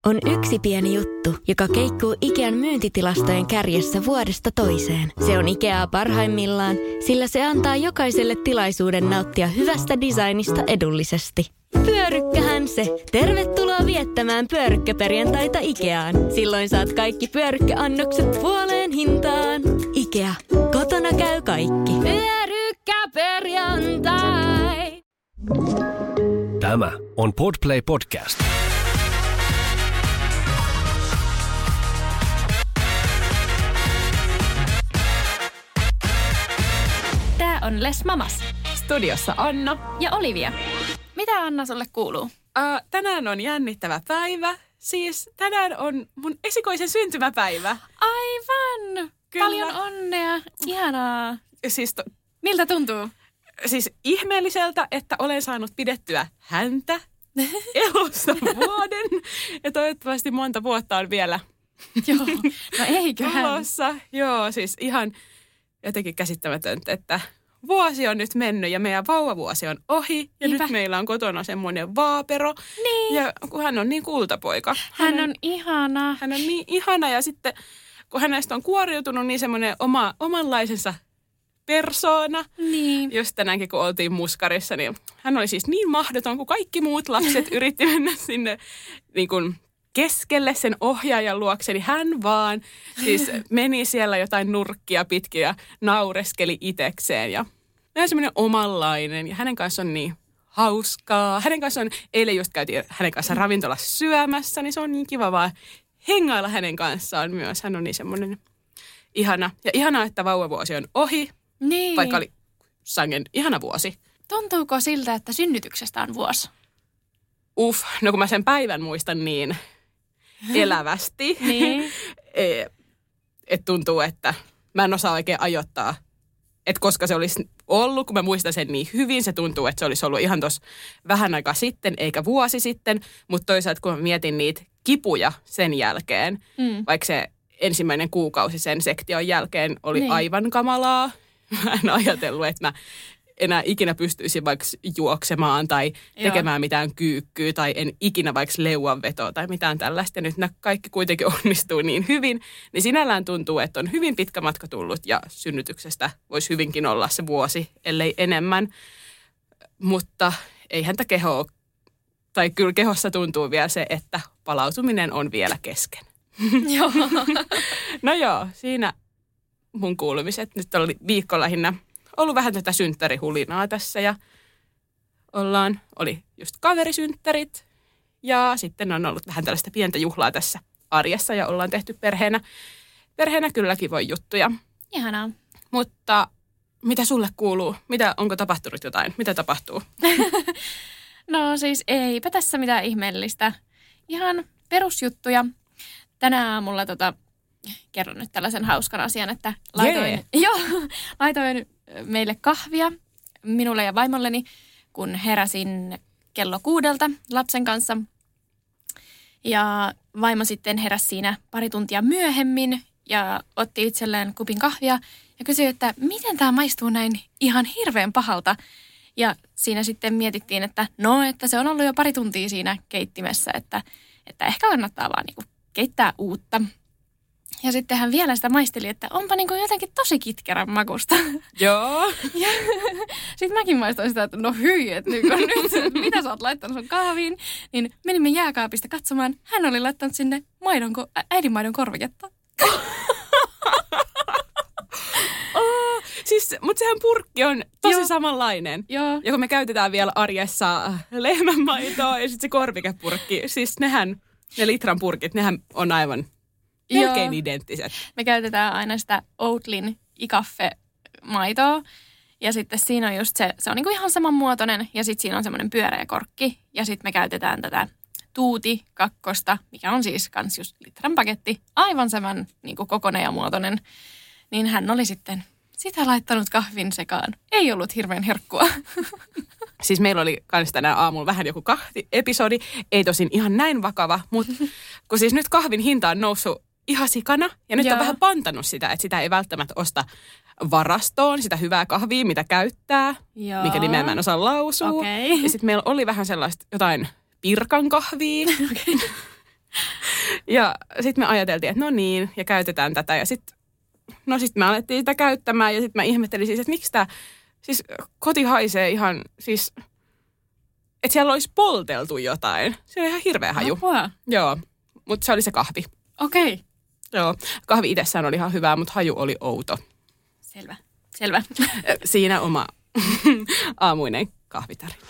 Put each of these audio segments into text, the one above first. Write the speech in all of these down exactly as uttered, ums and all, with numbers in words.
on yksi pieni juttu, joka keikkuu Ikean myyntitilastojen kärjessä vuodesta toiseen. Se on Ikeaa parhaimmillaan, sillä se antaa jokaiselle tilaisuuden nauttia hyvästä designista edullisesti. Pyörykkähän se! Tervetuloa viettämään pyörykkäperjantaita Ikeaan. Silloin saat kaikki pyörykkäannokset puoleen hintaan. Ikea. Kotona käy kaikki. Pyörykkäperjantai! Tämä on Podplay Podcast. Tää on Les Mamas. Studiossa Anna Ja Olivia. Mitä Anna sulle kuuluu? Uh, tänään on jännittävä päivä. Siis tänään on mun esikoisen syntymäpäivä. Aivan! Kyllä. Paljon onnea. Ihanaa. Siis, to, Miltä tuntuu? siis ihmeelliseltä, että olen saanut pidettyä häntä elossa vuoden. Ja toivottavasti monta vuotta on vielä Joo, no eiköhän. elossa. Joo, siis ihan jotenkin käsittämätöntä, että vuosi on nyt mennyt ja meidän vauvavuosi on ohi. Ja Niinpä. nyt meillä on kotona semmoinen vaapero. Niin. Ja kun hän on niin kultapoika. Hän on ihana. Hän on niin ihana ja sitten kun hänestä on kuoriutunut niin semmoinen oma, omanlaisensa persoona. Niin. Just tänäänkin kun oltiin muskarissa, niin hän oli siis niin mahdoton, kun kaikki muut lapset yritti mennä sinne niin kuin keskelle sen ohjaajan luokse, niin hän vaan siis meni siellä jotain nurkkia pitkin ja naureskeli itekseen. Ja hän on semmoinen omanlainen ja hänen kanssa on niin hauskaa. Hänen kanssa on, eilen just käytiin hänen kanssa ravintolassa syömässä, niin se on niin kiva vaan hengailla hänen kanssaan myös. Hän on niin semmoinen ihana. Ja ihanaa, että vauvavuosi on ohi, Niin. vaikka oli sangen ihana vuosi. Tuntuuko siltä, että synnytyksestä on vuosi? Uff, no kun mä sen päivän muistan niin elävästi, Niin. että tuntuu, että mä en osaa oikein ajoittaa, että koska se olisi ollut, kun mä muistan sen niin hyvin, se tuntuu, että se olisi ollut ihan tuossa vähän aikaa sitten, eikä vuosi sitten, mutta toisaalta kun mä mietin niitä kipuja sen jälkeen, Mm. vaikka se ensimmäinen kuukausi sen sektion jälkeen oli Niin. aivan kamalaa, mä en ajatellut, että mä enää ikinä pystyisin vaikka juoksemaan tai tekemään Joo. mitään kyykkyä tai en ikinä vaikka leuanvetoa tai mitään tällaista. Ja nyt nämä kaikki kuitenkin onnistuu niin hyvin, niin sinällään tuntuu, että on hyvin pitkä matka tullut ja synnytyksestä voisi hyvinkin olla se vuosi, ellei enemmän. Mutta ei häntä kehoa, tai kyllä kehossa tuntuu vielä se, että palautuminen on vielä kesken. Joo. No joo, siinä mun kuulumiset. Nyt oli viikko lähinnä ollut vähän tätä synttärihulinaa tässä ja ollaan, oli just kaverisynttärit ja sitten on ollut vähän tällaista pientä juhlaa tässä arjessa ja ollaan tehty perheenä, perheenä kylläkin voi juttuja. Ihanaa. Mutta mitä sulle kuuluu? Mitä, onko tapahtunut jotain? Mitä tapahtuu? No siis eipä tässä mitään ihmeellistä. Ihan perusjuttuja. Tänä aamulla tota, kerron nyt tällaisen hauskan asian, että laitoin, Jee. joo, laitoin meille kahvia minulle ja vaimolleni, kun heräsin kello kuudelta lapsen kanssa. Ja vaimo sitten heräsi siinä pari tuntia myöhemmin ja otti itselleen kupin kahvia ja kysyi, että miten tämä maistuu näin ihan hirveän pahalta. Ja siinä sitten mietittiin, että no, että se on ollut jo pari tuntia siinä keittimessä, että, että ehkä kannattaa vaan niinku keittää uutta. Ja sitten hän vielä sitä maisteli, että onpa niinku jotenkin tosi kitkerän makusta. Joo. Ja sitten mäkin maistoin sitä, että no hyi, että nyt, nyt mitä sä oot laittanut sun kahviin. Niin menimme jääkaapista katsomaan. Hän oli laittanut sinne maidon, ä, äidinmaidon korviketta. Oh, siis, mutta sehän purkki on tosi Joo. samanlainen. Joo. Ja kun me käytetään vielä arjessa lehmänmaitoa ja sitten se korvikepurkki, siis nehän, ne litran purkit, nehän on aivan melkein Joo. identtiset. Me käytetään aina sitä Oatlyn ikaffe-maitoa. Ja sitten siinä on just se, se on niinku ihan samanmuotoinen. Ja sitten siinä on semmoinen pyöreä korkki. Ja sitten me käytetään tätä Tuuti kakkosta, mikä on siis kans just litran paketti. Aivan saman niinku kokoinen ja muotoinen. Niin hän oli sitten sitä laittanut kahvin sekaan. Ei ollut hirveän herkkua. Siis meillä oli kans tänään aamulla vähän joku kahvi-episodi. Ei tosin ihan näin vakava, mutta kun siis nyt kahvin hinta on noussut ihan sikana. Ja nyt Joo. on vähän pantanut sitä, että sitä ei välttämättä osta varastoon, sitä hyvää kahvia, mitä käyttää, Joo. mikä nimeä mä en osaa lausua. Okei. Ja sitten meillä oli vähän sellaista jotain pirkan kahvia. Okay. Ja sitten me ajateltiin, että no niin, ja käytetään tätä. Ja sitten no sit me alettiin sitä käyttämään ja sitten mä ihmettelin siis, että miksi tämä, siis koti haisee ihan, siis, että siellä olisi polteltu jotain. Se oli ihan hirveä haju. Apua. Joo, mutta se oli se kahvi. Okei. Okay. Joo, kahvi itsessään oli ihan hyvää, mutta haju oli outo. Selvä, selvä. Siinä oma aamuinen kahvitarina.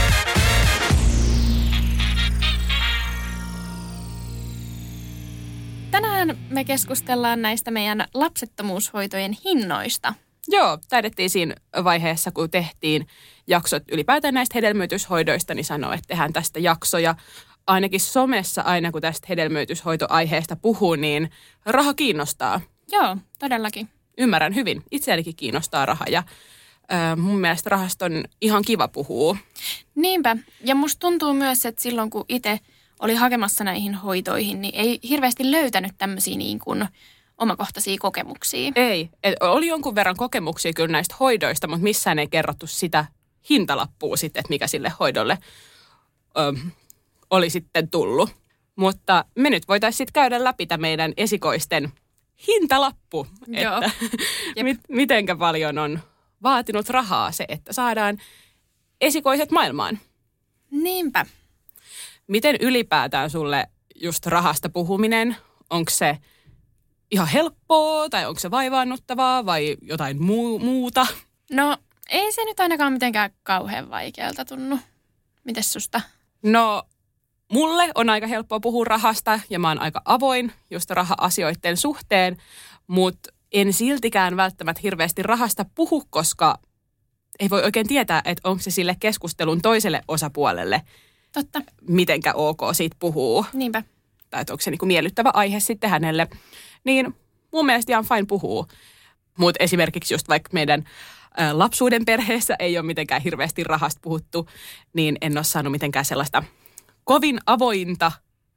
Tänään me keskustellaan näistä meidän lapsettomuushoitojen hinnoista. Joo, taidettiin siinä vaiheessa, kun tehtiin jaksot ylipäätään näistä hedelmöityshoidoista, niin sanoo, että tehdään tästä jaksoja. Ainakin somessa aina, kun tästä hedelmöityshoitoaiheesta puhuu, niin raha kiinnostaa. Joo, todellakin. Ymmärrän hyvin. Itseänikin kiinnostaa raha ja äh, mun mielestä rahasta on ihan kiva puhua. Niinpä. Ja musta tuntuu myös, että silloin kun itse oli hakemassa näihin hoitoihin, niin ei hirveästi löytänyt tämmöisiä niin kuin omakohtaisia kokemuksia. Ei. Et oli jonkun verran kokemuksia kyllä näistä hoidoista, mutta missään ei kerrottu sitä hintalappua sitten, että mikä sille hoidolle ö, oli sitten tullut. Mutta me nyt voitaisiin sitten käydä läpi tämän meidän esikoisten hintalappu, Joo. että mit, mitenkä paljon on vaatinut rahaa se, että saadaan esikoiset maailmaan. Niinpä. Miten ylipäätään sulle just rahasta puhuminen, onko se ihan helppoa tai onko se vaivaannuttavaa vai jotain muu, muuta? No ei se nyt ainakaan mitenkään kauhean vaikealta tunnu. Mites susta? No mulle on aika helppoa puhua rahasta ja mä oon aika avoin just raha-asioiden suhteen, mutta en siltikään välttämättä hirveästi rahasta puhu, koska ei voi oikein tietää, että onko se sille keskustelun toiselle osapuolelle Totta. mitenkä ok siitä puhuu. Niinpä. Tai että onko se niinku miellyttävä aihe sitten hänelle. Niin mun mielestä ihan fine puhuu. Mutta esimerkiksi just vaikka meidän ä, lapsuuden perheessä ei ole mitenkään hirveästi rahasta puhuttu, niin en ole saanut mitenkään sellaista kovin avointa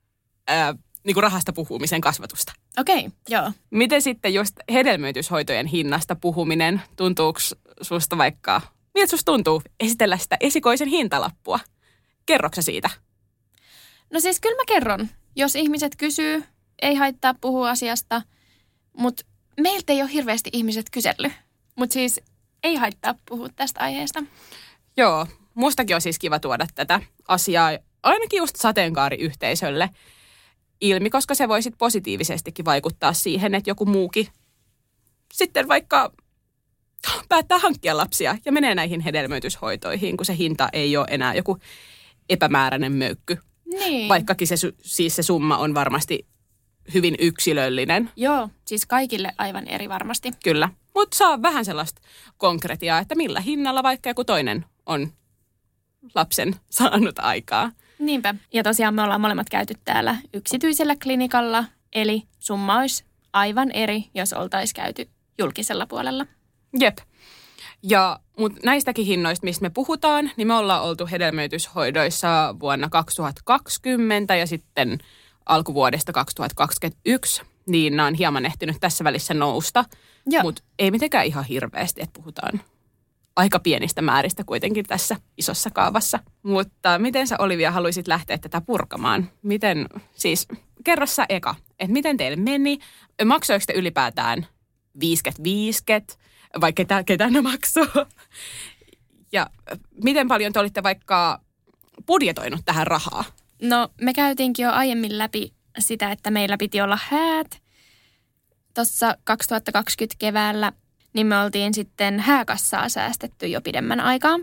ä, niinku rahasta puhumisen kasvatusta. Okei, okay, joo. Miten sitten just hedelmöityshoitojen hinnasta puhuminen, tuntuuko susta vaikka, miltä susta tuntuu esitellä sitä esikoisen hintalappua? Kerroksä siitä? No siis kyllä mä kerron. Jos ihmiset kysyy, ei haittaa puhua asiasta, mutta meiltä ei ole hirveästi ihmiset kysellyt. Mutta siis ei haittaa puhua tästä aiheesta. Joo, mustakin on siis kiva tuoda tätä asiaa ainakin just sateenkaariyhteisölle ilmi, koska se voi sit positiivisestikin vaikuttaa siihen, että joku muukin sitten vaikka päättää hankkia lapsia ja menee näihin hedelmöityshoitoihin, kun se hinta ei ole enää joku epämääräinen möykky. Niin. Vaikkakin se, siis se summa on varmasti hyvin yksilöllinen. Joo, siis kaikille aivan eri varmasti. Kyllä, mutta saa vähän sellaista konkretiaa, että millä hinnalla vaikka joku toinen on lapsen saanut aikaa. Niinpä. Ja tosiaan me ollaan molemmat käyty täällä yksityisellä klinikalla, eli summa olisi aivan eri, jos oltaisiin käyty julkisella puolella. Jep. Ja, mutta näistäkin hinnoista, mistä me puhutaan, niin me ollaan oltu hedelmöityshoidoissa vuonna kaksituhattakaksikymmentä ja sitten alkuvuodesta kaksituhattakaksikymmentäyksi, niin nämä on hieman ehtinyt tässä välissä nousta, mutta ei mitenkään ihan hirveästi, että puhutaan aika pienistä määristä kuitenkin tässä isossa kaavassa. Mutta miten sä, Olivia, haluaisit lähteä tätä purkamaan? Miten, siis kerro sä eka, että miten teille meni? Maksoiko te ylipäätään viisikymmentä viisikymmentä? Vai ketä, ketä ne maksoo? Ja miten paljon te olitte vaikka budjetoinut tähän rahaa? No me käytiinkin jo aiemmin läpi sitä, että meillä piti olla häät. Tuossa kaksituhattakaksikymmentä keväällä, niin me oltiin sitten hääkassaa säästetty jo pidemmän aikaa.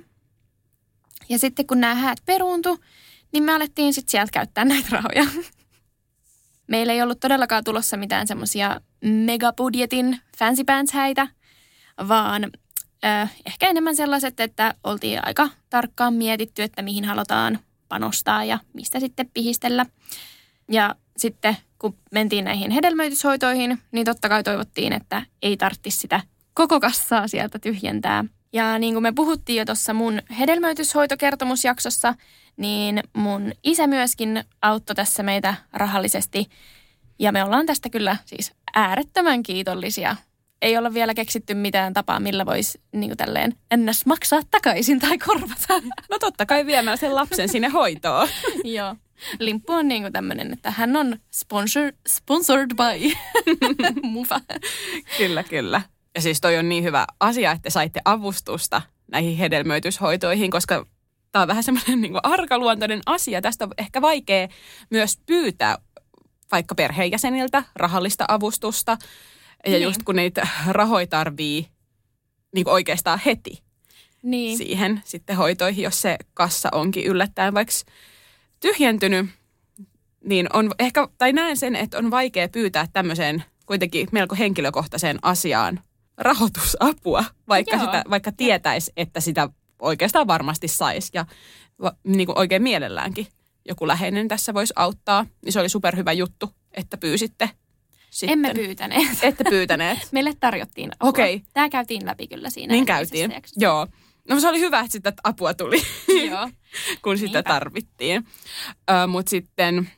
Ja sitten kun nämä häät peruuntu, niin me alettiin sitten sieltä käyttää näitä rahoja. Meillä ei ollut todellakaan tulossa mitään semmoisia megabudjetin fancy pants häitä, vaan äh, ehkä enemmän sellaiset, että oltiin aika tarkkaan mietitty, että mihin halutaan panostaa ja mistä sitten pihistellä. Ja sitten kun mentiin näihin hedelmöityshoitoihin, niin totta kai toivottiin, että ei tarvitsisi sitä koko kassaa sieltä tyhjentää. Ja niin kuin me puhuttiin jo tuossa mun hedelmöityshoitokertomusjaksossa, niin mun isä myöskin auttoi tässä meitä rahallisesti. Ja me ollaan tästä kyllä siis äärettömän kiitollisia. Ei olla vielä keksitty mitään tapaa, millä voisi niin kuin tälleen ennäs maksaa takaisin tai korvata. No totta kai viemällä sen lapsen sinne hoitoon. Joo. Limppu on niinku tämmöinen, että hän on sponsor, sponsored by Mufa. Kyllä, kyllä. Ja siis toi on niin hyvä asia, että saitte avustusta näihin hedelmöityshoitoihin, koska tämä on vähän semmoinen niin kuin arkaluontoinen asia. Tästä on ehkä vaikea myös pyytää vaikka perheenjäseniltä rahallista avustusta. Ja niin. Just kun niitä rahoja tarvii niin kuin oikeastaan heti niin. siihen sitten hoitoihin, jos se kassa onkin yllättäen vaikka tyhjentynyt, niin on ehkä, tai näen sen, että on vaikea pyytää tämmöiseen kuitenkin melko henkilökohtaiseen asiaan rahoitusapua, vaikka, sitä, vaikka tietäisi, että sitä oikeastaan varmasti saisi ja va, niin kuin oikein mielelläänkin joku läheinen tässä voisi auttaa. Niin se oli superhyvä juttu, että pyysitte sitten. Emme pyytäneet. Ette pyytäneet. Meille tarjottiin apua. Okei. Tämä käytiin läpi kyllä siinä. Niin käytiin, joo. No se oli hyvä, että sitä apua tuli, joo. kun sitä tarvittiin. Ö, Mutta sitten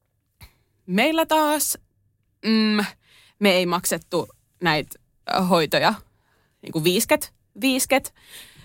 meillä taas mm, me ei maksettu näitä hoitoja niin kuin viisket, viisket,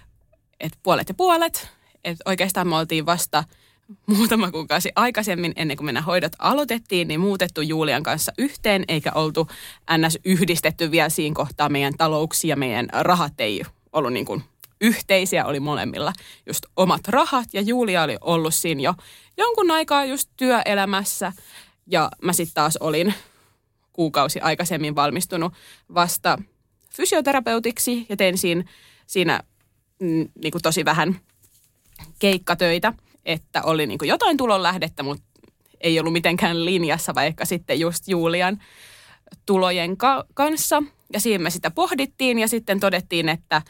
että puolet ja puolet. Että oikeastaan me oltiin vasta muutama kuukausi aikaisemmin, ennen kuin meidän hoidot aloitettiin, niin muutettu Julian kanssa yhteen, eikä oltu ns. Yhdistetty vielä siinä kohtaa meidän talouksia. Meidän rahat ei ollut niin kuin yhteisiä, oli molemmilla just omat rahat. Ja Julia oli ollut siinä jo jonkun aikaa just työelämässä. Ja mä sitten taas olin kuukausi aikaisemmin valmistunut vasta fysioterapeutiksi ja tein siinä, siinä mm, niin kuin tosi vähän keikkatöitä, että oli niin kuin jotain tulonlähdettä, mutta ei ollut mitenkään linjassa vaikka sitten just Julian tulojen ka- kanssa. Ja siinä me sitä pohdittiin ja sitten todettiin, että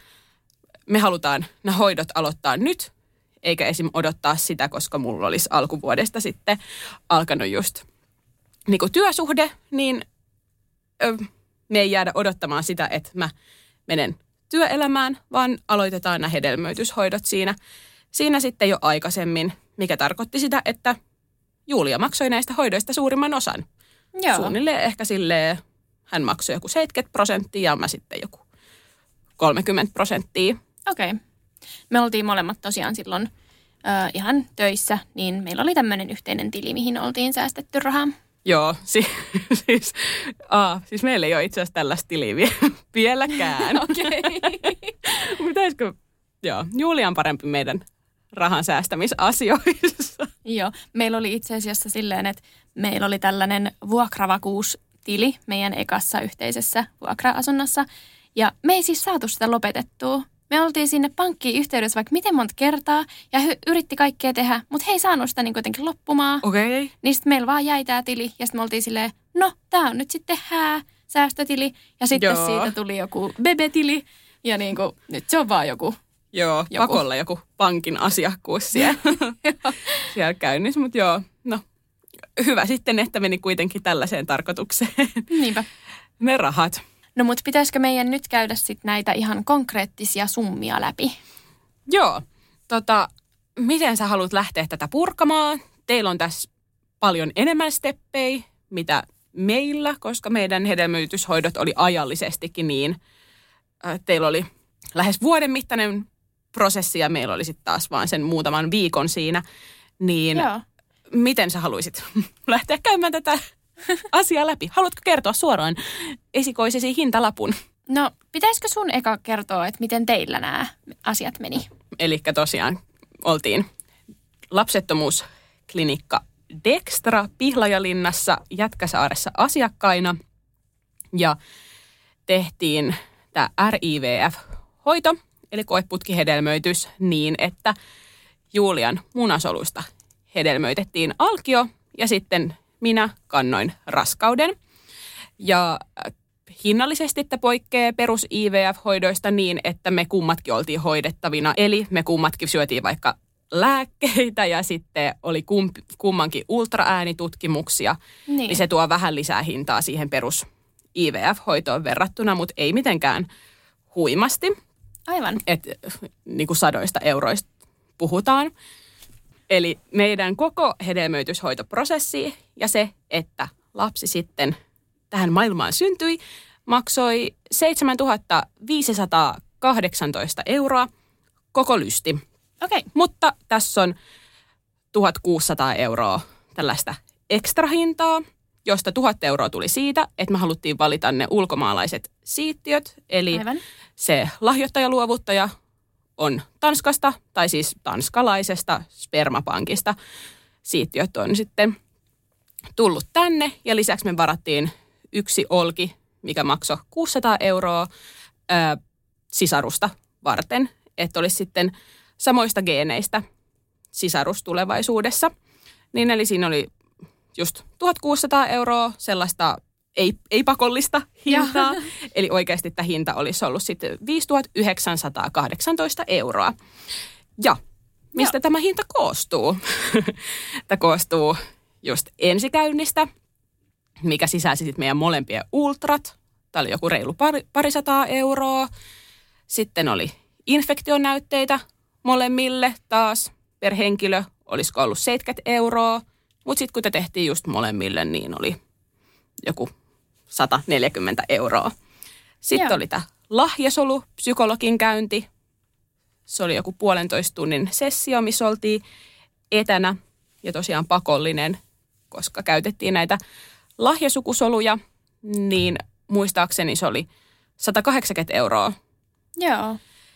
me halutaan nämä hoidot aloittaa nyt, eikä esim. Odottaa sitä, koska mulla olisi alkuvuodesta sitten alkanut just niin kuin työsuhde, niin ö, me ei jäädä odottamaan sitä, että mä menen työelämään, vaan aloitetaan nämä hedelmöityshoidot siinä, siinä sitten jo aikaisemmin, mikä tarkoitti sitä, että Julia maksoi näistä hoidoista suurimman osan. Joo. Suunnilleen ehkä silleen, hän maksoi joku seitsemänkymmentä prosenttia ja mä sitten joku kolmekymmentä prosenttia. Okei. Okay. Me oltiin molemmat tosiaan silloin ö, ihan töissä, niin meillä oli tämmöinen yhteinen tili, mihin oltiin säästetty rahaa. Joo, si- siis, aa, siis meillä ei ole itse asiassa tällaista tiliä vieläkään. Okei. Mitäisikö, joo, Julia on parempi meidän rahan säästämisasioissa. Joo, meillä oli itse asiassa silleen, että meillä oli tällainen vuokravakuustili meidän ekassa yhteisessä vuokra-asunnossa. Ja me ei siis saatu sitä lopetettua. Me oltiin sinne pankkiin yhteydessä vaikka miten monta kertaa ja hy- yritti kaikkea tehdä, mutta he ei saanut sitä niin kuitenkin loppumaan. Okei. Okay. Niin sitten meillä vaan jäi tämä tili ja sitten me oltiin silleen, no tää on nyt sitten hää, säästötili. Ja sitten Joo. siitä tuli joku bebetili ja niin kuin, nyt se on vaan joku. Joo, joku. Pakolla joku pankin asiakkuus siellä, siellä käynnissä, mutta joo, no hyvä sitten, että meni kuitenkin tällaiseen tarkoitukseen. Niinpä. Ne rahat. No mutta pitäisikö meidän nyt käydä sitten näitä ihan konkreettisia summia läpi? Joo, tota, miten sä haluat lähteä tätä purkamaan? Teillä on tässä paljon enemmän steppejä, mitä meillä, koska meidän hedelmöityshoidot oli ajallisestikin niin. Teillä oli lähes vuoden mittainen prosessi ja meillä oli sitten taas vaan sen muutaman viikon siinä. Niin Joo. Miten sä haluaisit lähteä käymään tätä asiaa läpi? Haluatko kertoa suoraan esikoisesi hintalapun? No, pitäisikö sun eka kertoa, että miten teillä nämä asiat meni? Elikkä tosiaan oltiin lapsettomuusklinikka Dextra Pihlajalinnassa Jätkäsaaressa asiakkaina ja tehtiin tämä R I V F-hoito, eli koeputkihedelmöitys niin, että Julian munasolusta hedelmöitettiin alkio ja sitten minä kannoin raskauden. Ja hinnallisesti tämä poikkeaa perus I V F-hoidoista niin, että me kummatkin oltiin hoidettavina. Eli me kummatkin syötiin vaikka lääkkeitä ja sitten oli kum, kummankin ultraäänitutkimuksia. Niin. niin se tuo vähän lisää hintaa siihen perus I V F-hoitoon verrattuna, mutta ei mitenkään huimasti. Aivan. Että niin kuin sadoista euroista puhutaan. Eli meidän koko hedelmöityshoitoprosessi ja se, että lapsi sitten tähän maailmaan syntyi, maksoi seitsemäntuhatta viisisataakahdeksantoista euroa koko lysti. Okei. Mutta tässä on tuhatkuusisataa euroa tällaista ekstrahintaa, josta tuhat euroa tuli siitä, että me haluttiin valita ne ulkomaalaiset siittiöt. Eli Aivan. se lahjoittajaluovuttaja on Tanskasta, tai siis tanskalaisesta spermapankista. Siittiöt on sitten tullut tänne, ja lisäksi me varattiin yksi olki, mikä maksoi kuusisataa euroa ää, sisarusta varten, että olisi sitten samoista geeneistä sisarus tulevaisuudessa. Niin eli siinä oli just tuhatkuusisataa euroa sellaista ei, ei pakollista hintaa. Eli oikeasti tämä hinta olisi ollut sitten viisituhattayhdeksänsataakahdeksantoista euroa. Ja mistä Joo. tämä hinta koostuu? Tämä koostuu just ensikäynnistä, mikä sisälsi sitten meidän molempien ultrat. Tämä oli joku reilu pari, parisataa euroa. Sitten oli infektionäytteitä molemmille taas per henkilö. Olisiko ollut seitsemänkymmentä euroa. Mutta sitten kun te tehtiin just molemmille, niin oli joku sata neljäkymmentä euroa. Sitten Joo. oli tämä lahjasolu, psykologin käynti. Se oli joku puolentoista tunnin sessio, missä oltiin etänä ja tosiaan pakollinen, koska käytettiin näitä lahjasukusoluja, niin muistaakseni se oli sata kahdeksankymmentä euroa. Joo.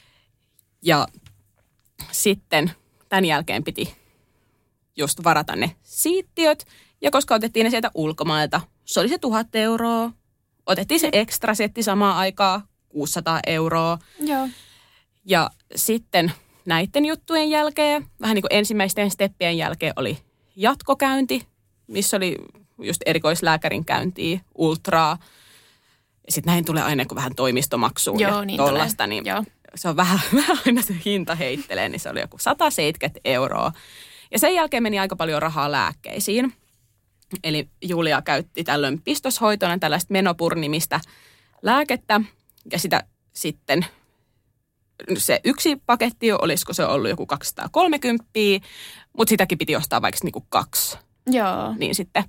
Ja sitten tämän jälkeen piti just varata ne siittiöt, ja koska otettiin ne sieltä ulkomailta, se oli se tuhat euroa. Otettiin se ekstra setti samaan aikaan, kuusisataa euroa. Joo. Ja sitten näiden juttujen jälkeen, vähän niin kuin ensimmäisten steppien jälkeen oli jatkokäynti, missä oli just erikoislääkärin käyntiä, ultraa. Ja sitten näin tulee aina kuin vähän toimistomaksua Joo, ja niin tollaista, niin Joo. se on vähän, vähän aina se hinta heittelee, niin se oli joku sata seitsemänkymmentä euroa. Ja sen jälkeen meni aika paljon rahaa lääkkeisiin. Eli Julia käytti tällöin pistoshoitona tällaista Menopur-nimistä lääkettä. Ja sitä sitten, se yksi paketti, olisiko se ollut joku kaksisataakolmekymmentä, mutta sitäkin piti ostaa vaikka niinku kaksi. Joo. Niin sitten,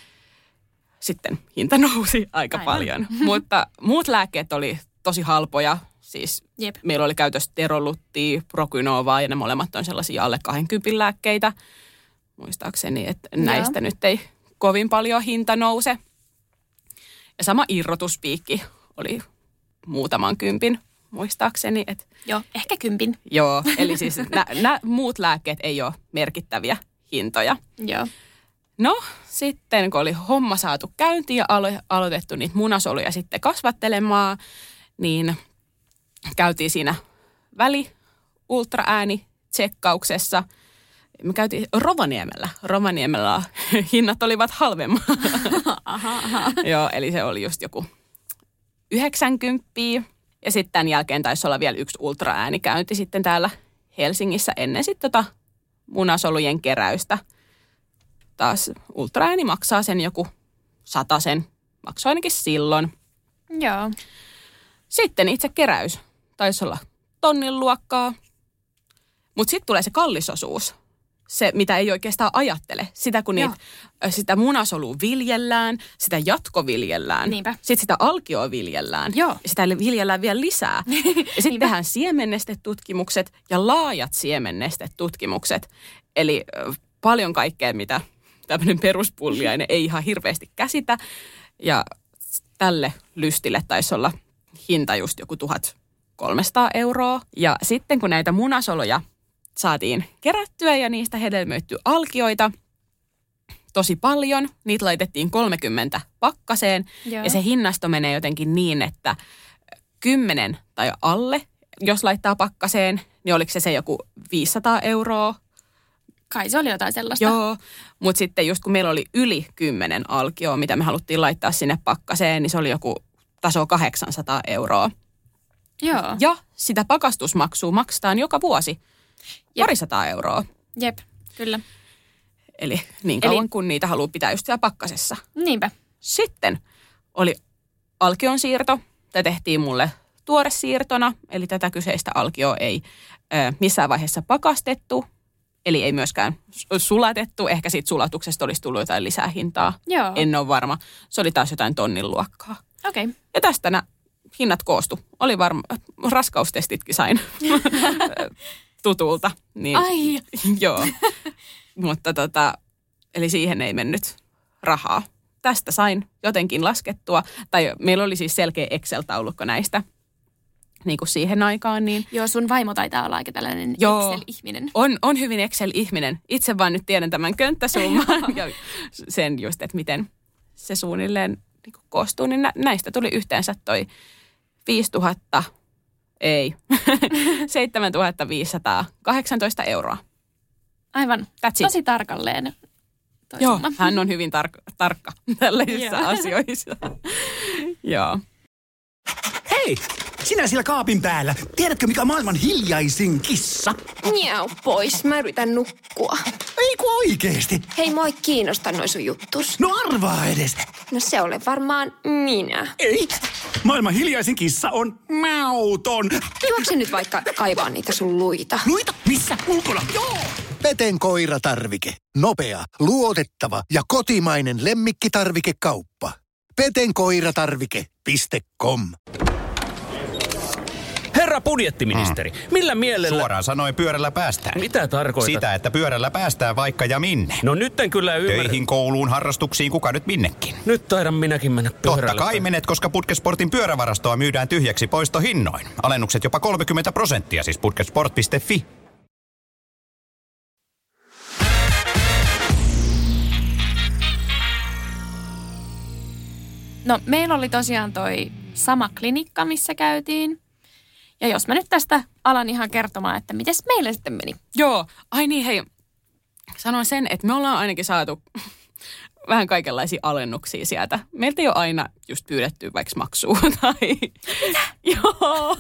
sitten hinta nousi aika Aivan. paljon. Mutta muut lääkkeet oli tosi halpoja. Siis Jep. meillä oli käytössä Teroluttia, Prokynovaa ja ne molemmat on sellaisia alle kaksikymmentä lääkkeitä. Muistaakseni, että näistä Joo. nyt ei kovin paljon hinta nouse. Ja sama irrotuspiikki oli muutaman kympin, muistaakseni. Että joo, ehkä kympin. Joo, eli siis nämä muut lääkkeet ei ole merkittäviä hintoja. Joo. No, sitten kun oli homma saatu käyntiin ja alo- aloitettu niitä munasoluja sitten kasvattelemaan, niin käytiin siinä väli-ultraääni-tsekkauksessa. Me käytiin Rovaniemellä. Rovaniemellä hinnat olivat halvemmat. aha, aha. Joo, eli se oli just joku yhdeksänkymmentä. Ja sitten tämän jälkeen taisi olla vielä yksi ultraäänikäynti sitten täällä Helsingissä ennen sitten tota munasolujen keräystä. Taas ultraääni maksaa sen joku satasen. Maksoi ainakin silloin. Joo. Sitten itse keräys. Taisi olla tonnin luokkaa. Mutta sitten tulee se kallisosuus. Se, mitä ei oikeastaan ajattele. Sitä, kun niitä, sitä munasolua viljellään, sitä jatkoviljellään. Niinpä. Sitten sitä alkioa viljellään. Joo. Ja sitä viljellään vielä lisää. Ja sitten tehdään siemennestetutkimukset ja laajat siemennestetutkimukset. Eli paljon kaikkea, mitä tämmöinen peruspulliainen ei ihan hirveästi käsitä. Ja tälle lystille taisi olla hinta just joku tuhatkolmesataa euroa. Ja sitten kun näitä munasoluja saatiin kerättyä ja niistä hedelmöittyä alkioita tosi paljon, niitä laitettiin kolmekymmentä pakkaseen. Joo. Ja se hinnasto menee jotenkin niin, että kymmenen tai alle, jos laittaa pakkaseen, niin oliko se se joku viisisataa euroa? Kai se oli jotain sellaista. Joo, mutta sitten just kun meillä oli yli kymmenen alkioa, mitä me haluttiin laittaa sinne pakkaseen, niin se oli joku taso kahdeksansataa euroa. Joo. Ja sitä pakastusmaksua maksetaan joka vuosi Jep. parisataa euroa. Jep, kyllä. Eli niin kauan Eli kun niitä haluaa pitää just siellä pakkasessa. Niinpä. Sitten oli alkion siirto. Tämä tehtiin mulle tuoresiirtona, eli tätä kyseistä alkioa ei ö, missään vaiheessa pakastettu. Eli ei myöskään sulatettu. Ehkä siitä sulatuksesta olisi tullut jotain lisää hintaa. Joo. En ole varma. Se oli taas jotain tonnin luokkaa. Okei. Okay. Ja tästä nämä hinnat koostu. Oli varma, raskaustestitkin sain tutulta. Niin, ai! Joo. Mutta tota, Eli siihen ei mennyt rahaa. Tästä sain jotenkin laskettua, tai meillä oli siis selkeä Excel-taulukko näistä niin kuin siihen aikaan. Niin Joo, sun vaimo taitaa olla aika tällainen Joo, Excel-ihminen. On, on hyvin Excel-ihminen. Itse vaan nyt tiedän tämän könttäsumman ja sen just, että miten se suunnilleen niin kuin koostuu. Niin näistä tuli yhteensä toi viisituhatta, ei, seitsemäntuhatta viisisataakahdeksantoista euroa. Aivan, tosi tarkalleen. Joo, hän on hyvin tar- tarkka tällaisissa yeah. asioissa. Joo. Hei, sinä siellä kaapin päällä. Tiedätkö, mikä on maailman hiljaisin kissa? Miau pois, mä yritän nukkua. Ei kun oikeesti. Hei, moi kiinnosta noi sun juttus. No arvaa edes. No se ole varmaan minä. Ei, maailman hiljaisin kissa on mauton. Juokse nyt vaikka kaivaa niitä sun luita. Luita? Missä? Ulkona? Joo! Peten koiratarvike. Nopea, luotettava ja kotimainen lemmikkitarvikekauppa. peten koiratarvike piste com. Herra budjettiministeri, mm. millä mielellä... Suoraan sanoen pyörällä päästään. Mitä tarkoitat? Sitä, että pyörällä päästään vaikka ja minne. No nyt en kyllä ymmärrä. Töihin, kouluun, harrastuksiin, kuka nyt minnekin. Nyt taidan minäkin mennä pyörällä. Totta kai menet, koska Putkesportin pyörävarastoa myydään tyhjäksi poistohinnoin. Alennukset jopa kolmekymmentä prosenttia, siis putkesport piste fi. No, meillä oli tosiaan toi sama klinikka, missä käytiin. Ja jos mä nyt tästä alan ihan kertomaan, että miten meille sitten meni. Joo, ai niin hei, sanon sen, että me ollaan ainakin saatu vähän kaikenlaisia alennuksia sieltä. Meiltä ei ole aina just pyydetty vaikka maksua tai... Mitä? Joo.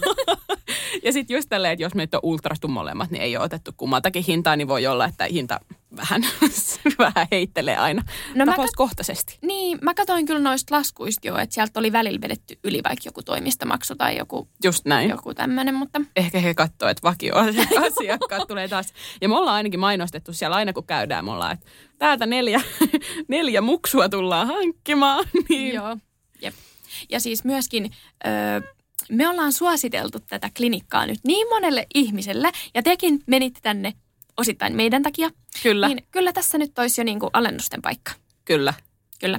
Ja sitten just tälleen, että jos meitä on ultrastu molemmat, niin ei ole otettu kummaltakin hintaa, niin voi olla, että hinta vähän, vähän heittelee aina no tapauskohtaisesti. Kat... Niin, mä katsoin kyllä noista laskuista jo, että sieltä oli välillä vedetty yli vaikka joku toimistomaksu tai joku, just näin. Joku tämmöinen, mutta... Ehkä he katsoo, että vakioasiakkaat tulee taas. Ja me ollaan ainakin mainostettu siellä aina, kun käydään, me ollaan, että täältä neljä, neljä muksua tullaan hankkimaan. Niin. Joo, jep. Ja siis myöskin... Öö, me ollaan suositeltu tätä klinikkaa nyt niin monelle ihmiselle, ja tekin menitte tänne osittain meidän takia. Kyllä. Niin kyllä tässä nyt olisi jo niin kuin alennusten paikka. Kyllä. Kyllä.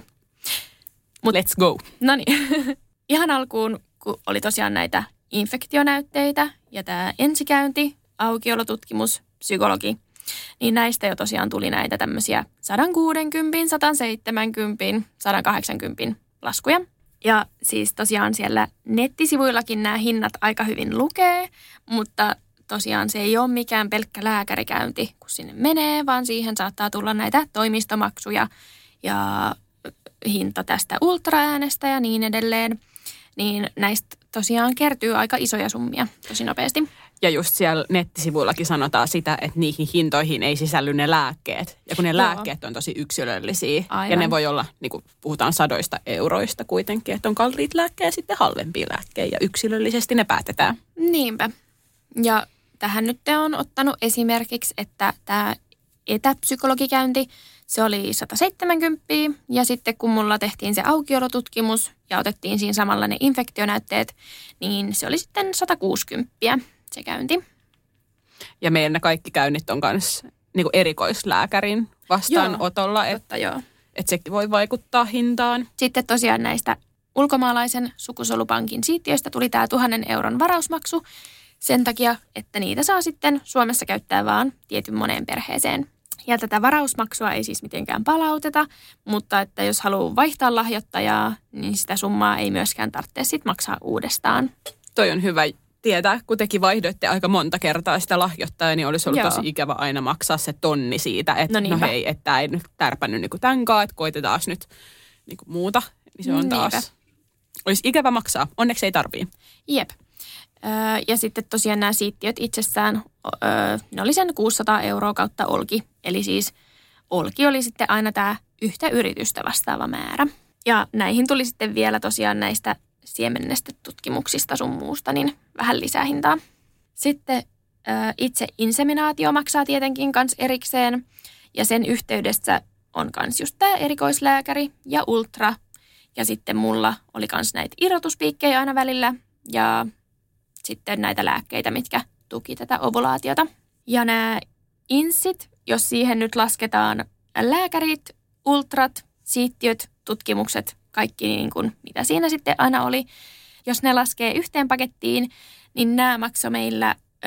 Mut let's go. No niin. Ihan alkuun, kun oli tosiaan näitä infektionäytteitä ja tämä ensikäynti, aukiolotutkimus, psykologi, niin näistä jo tosiaan tuli näitä tämmöisiä sata kuusikymmentä, sata seitsemänkymmentä, sata kahdeksankymmentä laskuja. Ja siis tosiaan siellä nettisivuillakin nämä hinnat aika hyvin lukee, mutta tosiaan se ei ole mikään pelkkä lääkärikäynti, kun sinne menee, vaan siihen saattaa tulla näitä toimistomaksuja ja hinta tästä ultraäänestä ja niin edelleen. Niin näistä tosiaan kertyy aika isoja summia tosi nopeasti. Ja just siellä nettisivuillakin sanotaan sitä, että niihin hintoihin ei sisälly ne lääkkeet. Ja kun ne Joo. lääkkeet on tosi yksilöllisiä. Aivan. Ja ne voi olla, niin kuin puhutaan sadoista euroista kuitenkin, että on kalliit lääkkeet ja sitten halvempia lääkkeitä. Ja yksilöllisesti ne päätetään. Niinpä. Ja tähän nyt on ottanut esimerkiksi, että tämä etäpsykologikäynti, se oli sata seitsemänkymmentä. Ja sitten kun mulla tehtiin se aukiolotutkimus ja otettiin siinä samalla ne infektionäytteet, niin se oli sitten sata kuusikymmentä. Se käynti. Ja meidän ne kaikki käynnit on myös niin erikoislääkärin vastaanotolla, joo, totta, joo. Että sekin voi vaikuttaa hintaan. Sitten tosiaan näistä ulkomaalaisen sukusolupankin siittiöistä tuli tämä tuhannen euron varausmaksu sen takia, että niitä saa sitten Suomessa käyttää vaan tietyn moneen perheeseen. Ja tätä varausmaksua ei siis mitenkään palauteta, mutta että jos haluaa vaihtaa lahjoittajaa, niin sitä summaa ei myöskään tarvitse sitten maksaa uudestaan. Toi on hyvä tietää, kun tekin vaihdoitte aika monta kertaa sitä lahjoittajaa, niin olisi ollut Joo. tosi ikävä aina maksaa se tonni siitä, että no, no hei, että tämä ei nyt tärpännyt niin tämänkaan, että koitetaan nyt niin muuta, niin se on taas, Niinpä. Olisi ikävä maksaa, onneksi ei tarvii. Jep. Öö, ja sitten tosiaan nämä siittiöt itsessään, öö, ne oli sen kuusisataa euroa kautta olki, eli siis olki oli sitten aina tämä yhtä yritystä vastaava määrä. Ja näihin tuli sitten vielä tosiaan näistä siemennestetutkimuksista sun muusta, niin vähän lisää hintaa. Sitten ö, itse inseminaatio maksaa tietenkin kans erikseen, ja sen yhteydessä on kans just tämä erikoislääkäri ja ultra. Ja sitten mulla oli kans näitä irrotuspiikkejä aina välillä, ja sitten näitä lääkkeitä, mitkä tuki tätä ovulaatiota. Ja nämä insit, jos siihen nyt lasketaan lääkärit, ultrat, siittiöt, tutkimukset, kaikki niin kuin, mitä siinä sitten aina oli. Jos ne laskee yhteen pakettiin, niin nämä maksoi meillä ö,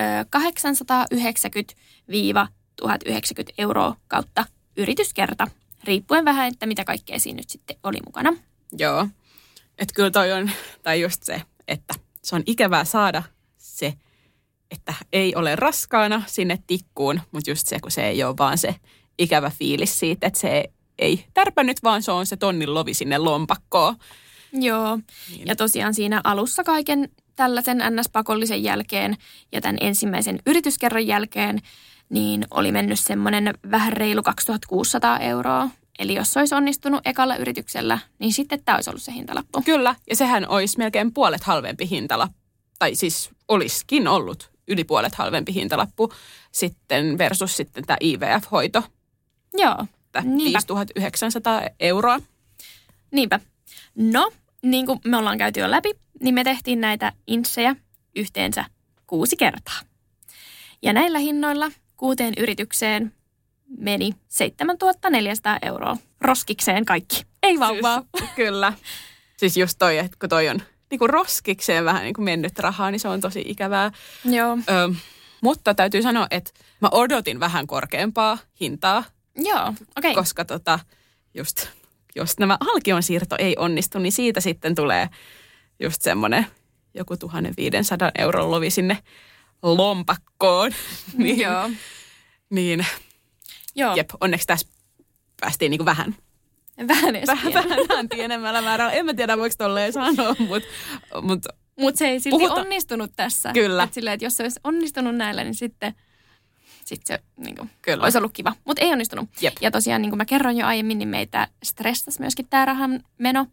kahdeksansataayhdeksänkymmentä tuhatyhdeksänkymmentä euroa kautta yrityskerta, riippuen vähän, että mitä kaikkea siinä nyt sitten oli mukana. Joo, että kyllä toi on, tai just se, että se on ikävää saada se, että ei ole raskaana sinne tikkuun, mutta just se, kun se ei ole vaan se ikävä fiilis siitä, että se ei tärpännyt, vaan se on se tonnin lovi sinne lompakkoon. Joo, niin. Ja tosiaan siinä alussa kaiken tällaisen N S-pakollisen jälkeen ja tämän ensimmäisen yrityskerran jälkeen, niin oli mennyt semmoinen vähän reilu kaksituhattakuusisataa euroa. Eli jos olisi onnistunut ekalla yrityksellä, niin sitten tämä olisi ollut se hintalappu. Kyllä, ja sehän olisi melkein puolet halvempi hintalappu, tai siis olisikin ollut yli puolet halvempi hintalappu sitten versus sitten tämä I V F-hoito. Joo, viisituhattayhdeksänsataa euroa. Niinpä. No, niin kuin me ollaan käyty jo läpi, niin me tehtiin näitä insejä yhteensä kuusi kertaa. Ja näillä hinnoilla kuuteen yritykseen meni seitsemäntuhatta neljäsataa euroa. Roskikseen kaikki. Ei vauvaa. Siis, kyllä. Siis just toi, että kun toi on niin kuin roskikseen vähän niin kuin mennyt rahaa, niin se on tosi ikävää. Joo. Ö, mutta täytyy sanoa, että mä odotin vähän korkeampaa hintaa. Joo, okei. Okay. Koska tota, just, jos nämä alkion siirto ei onnistu, niin siitä sitten tulee just semmoinen joku tuhatviisisataa euron lovi sinne lompakkoon. niin, Joo. Niin, Joo. jep, onneksi tässä päästiin niin kuin vähän. Vähän edes Vähän, vähän, vähän pienemmällä määrällä. En mä tiedä, voiko tolleen sanoa, mutta... Mut, Mutta se ei silti puhuta. onnistunut tässä. Kyllä. Et sillä, että jos se olisi onnistunut näillä, niin sitten sit se niin kuin, Kyllä. olisi ollut kiva. Mutta ei onnistunut. Jep. Ja tosiaan, niin kuin mä kerroin jo aiemmin, niin meitä stressasi myöskin tämä rahan meno.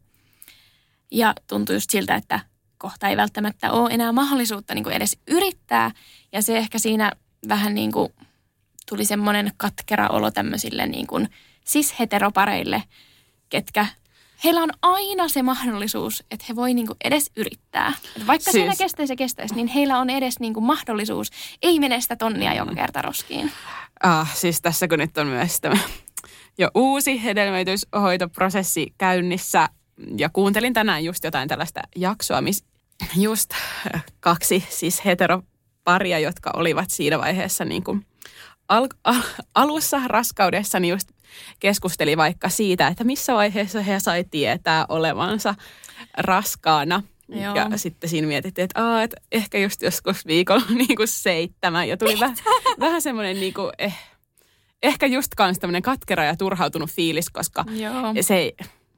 Ja tuntui just siltä, että kohta ei välttämättä ole enää mahdollisuutta niin kuin edes yrittää. Ja se ehkä siinä vähän niin kuin tuli semmoinen katkera olo tämmöisille niin kuin cis-heteropareille, ketkä... Heillä on aina se mahdollisuus, että he voi niinku edes yrittää. Et vaikka siis, siinä kestäisi ja kestäisi, niin heillä on edes niinku mahdollisuus. Ei mene sitä tonnia joka kerta roskiin. Ah, siis tässä kun nyt on myös tämä jo uusi hedelmöityshoitoprosessi käynnissä. Ja kuuntelin tänään just jotain tällaista jaksoa, missä just kaksi siis heteroparia, jotka olivat siinä vaiheessa niin kuin al- al- alussa raskaudessa, niin just keskusteli vaikka siitä, että missä vaiheessa he sai tietää olevansa raskaana. Joo. Ja sitten siinä mietittiin, että, aa, että ehkä just joskus viikolla niin kuin seitsemän. Ja tuli vähän, vähän semmoinen niin kuin, eh, ehkä just kans tämmöinen katkera ja turhautunut fiilis, koska Joo. se ei,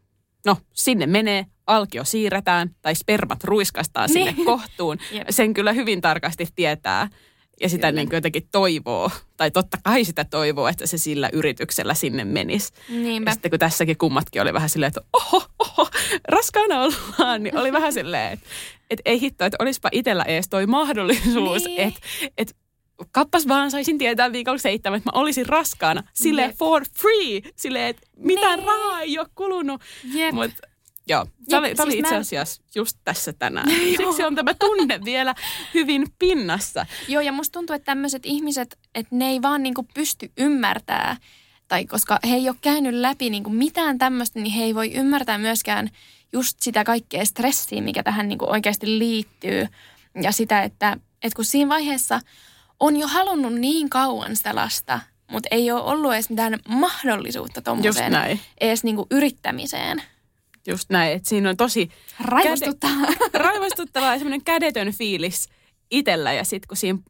no sinne menee, alkio siirretään tai spermat ruiskastaa sinne niin. kohtuun. Sen kyllä hyvin tarkasti tietää. Ja sitä niin kuin jotenkin toivoo, tai totta kai sitä toivoo, että se sillä yrityksellä sinne menisi. Niinpä. Ja sitten kun tässäkin kummatkin oli vähän silleen, että oho, oho, raskaana ollaan, niin oli vähän silleen, että, että ei hitto, että olisipa itsellä ees toi mahdollisuus, niin. että, että kappas vaan saisin tietää viikolla seitsemän, että mä olisin raskaana, silleen Jep. for free, silleen, että mitään niin. rahaa ei ole kulunut. Mutta joo, tämä oli, siis oli itse asiassa mä... just tässä tänään. Siksi on tämä tunne vielä hyvin pinnassa. Joo, ja musta tuntuu, että tämmöiset ihmiset, että ne ei vaan niinku pysty ymmärtää, tai koska he ei ole käynyt läpi niinku mitään tämmöistä, niin he ei voi ymmärtää myöskään just sitä kaikkea stressiä, mikä tähän niinku oikeasti liittyy. Ja sitä, että, että kun siinä vaiheessa on jo halunnut niin kauan sitä lasta, mutta ei ole ollut edes mitään mahdollisuutta tommoseen edes niinku yrittämiseen. Just näin, että siinä on tosi raivostuttavaa, käde, raivostuttavaa ja semmoinen kädetön fiilis itsellä. Ja sitten kun siinä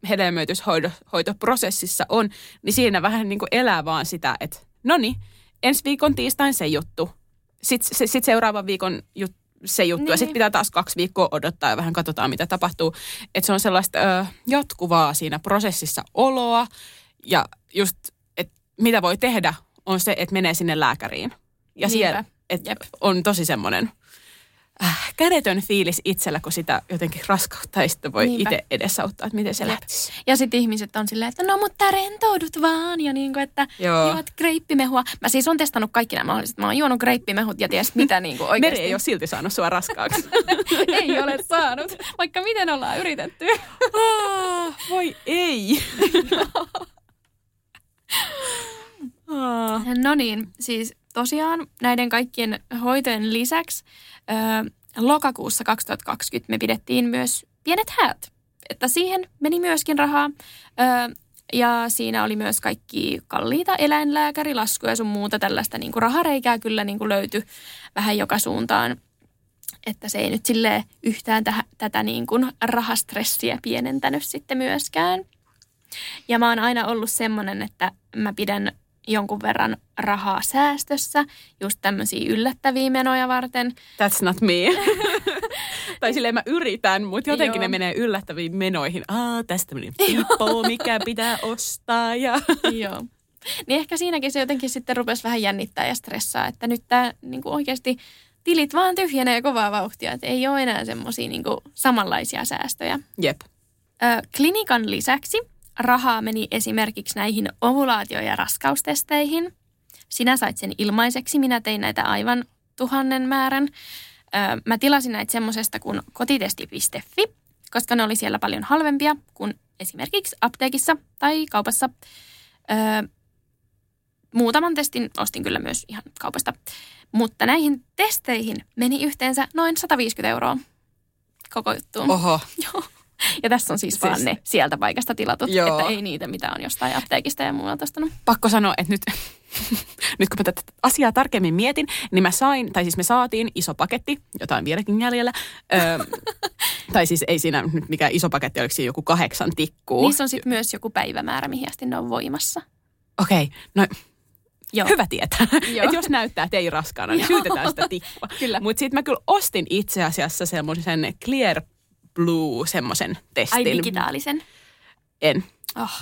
hedelmöityshoitoprosessissa on, niin siinä vähän niin kuin elää vaan sitä, että no niin, ensi viikon tiistain se juttu. Sitten se, sit seuraavan viikon jut, se juttu niin. Ja sitten pitää taas kaksi viikkoa odottaa ja vähän katsotaan, mitä tapahtuu. Että se on sellaista ö, jatkuvaa siinä prosessissa oloa. Ja just, että mitä voi tehdä, on se, että menee sinne lääkäriin. Ja siellä... Että on tosi semmoinen äh, kädetön fiilis itsellä, kun sitä jotenkin raskautta ei sitten voi itse edesauttaa, että miten se lähtisi. Ja sitten ihmiset on silleen, että no mutta rentoudut vaan ja niin kuin, että Joo. juot greippimehua. Mä siis on testannut kaikki nämä mahdolliset. Mä oon juonut greippimehut ja ties mitä niin kuin oikeasti. Meri ei ole silti saanut sua raskaaksi. Ei ole saanut, vaikka miten ollaan yritetty. ah, voi ei. Oh. No niin, siis tosiaan näiden kaikkien hoitojen lisäksi ö, lokakuussa kaksituhattakaksikymmentä me pidettiin myös pienet häät. Että siihen meni myöskin rahaa. Ö, ja siinä oli myös kaikki kalliita eläinlääkärilaskuja ja sun muuta tällaista niin kuin rahareikää kyllä niin kuin löytyi vähän joka suuntaan. Että se ei nyt silleen yhtään täh, tätä niin kuin rahastressiä pienentänyt sitten myöskään. Ja mä oon aina ollut semmoinen, että mä pidän jonkun verran rahaa säästössä, just tämmöisiä yllättäviä menoja varten. That's not me. Tai silleen mä yritän, mutta jotenkin Joo. ne menee yllättäviin menoihin. Aa, tästä tämmöinen pippo, mikä pitää ostaa. Ja... Joo. Niin ehkä siinäkin se jotenkin sitten rupesi vähän jännittää ja stressaa, että nyt tää niin kuin oikeasti tilit vaan tyhjenee kovaa vauhtia, että ei ole enää semmoisia niin kuin samanlaisia säästöjä. Jep. Ö, klinikan lisäksi rahaa meni esimerkiksi näihin ovulaatio- ja raskaustesteihin. Sinä sait sen ilmaiseksi. Minä tein näitä aivan tuhannen määrän. Ö, mä tilasin näitä semmoisesta kuin kotitesti piste fi, koska ne oli siellä paljon halvempia kuin esimerkiksi apteekissa tai kaupassa. Ö, muutaman testin ostin kyllä myös ihan kaupasta. Mutta näihin testeihin meni yhteensä noin sata viisikymmentä euroa koko juttuun. Oho. Joo. Ja tässä on siis, siis vaan ne sieltä paikasta tilatut, joo. että ei niitä, mitä on jostain apteekista ja muualta ostanut. Pakko sanoa, että nyt, nyt kun mä tätä asiaa tarkemmin mietin, niin mä sain, tai siis me saatiin iso paketti, jota on vieläkin jäljellä. Ö, tai siis ei siinä nyt mikään iso paketti, oliko siinä joku kahdeksan tikkuu. Niissä on sitten myös joku päivämäärä, mihin asti ne on voimassa. Okei, okay, no Joo. hyvä tietää. Että jos näyttää, että ei raskaana, niin syytetään sitä tikkua. Mutta sitten mä kyllä ostin itse asiassa semmoisen Clear Blue semmoisen testin. Ai digitaalisen? En. Oh.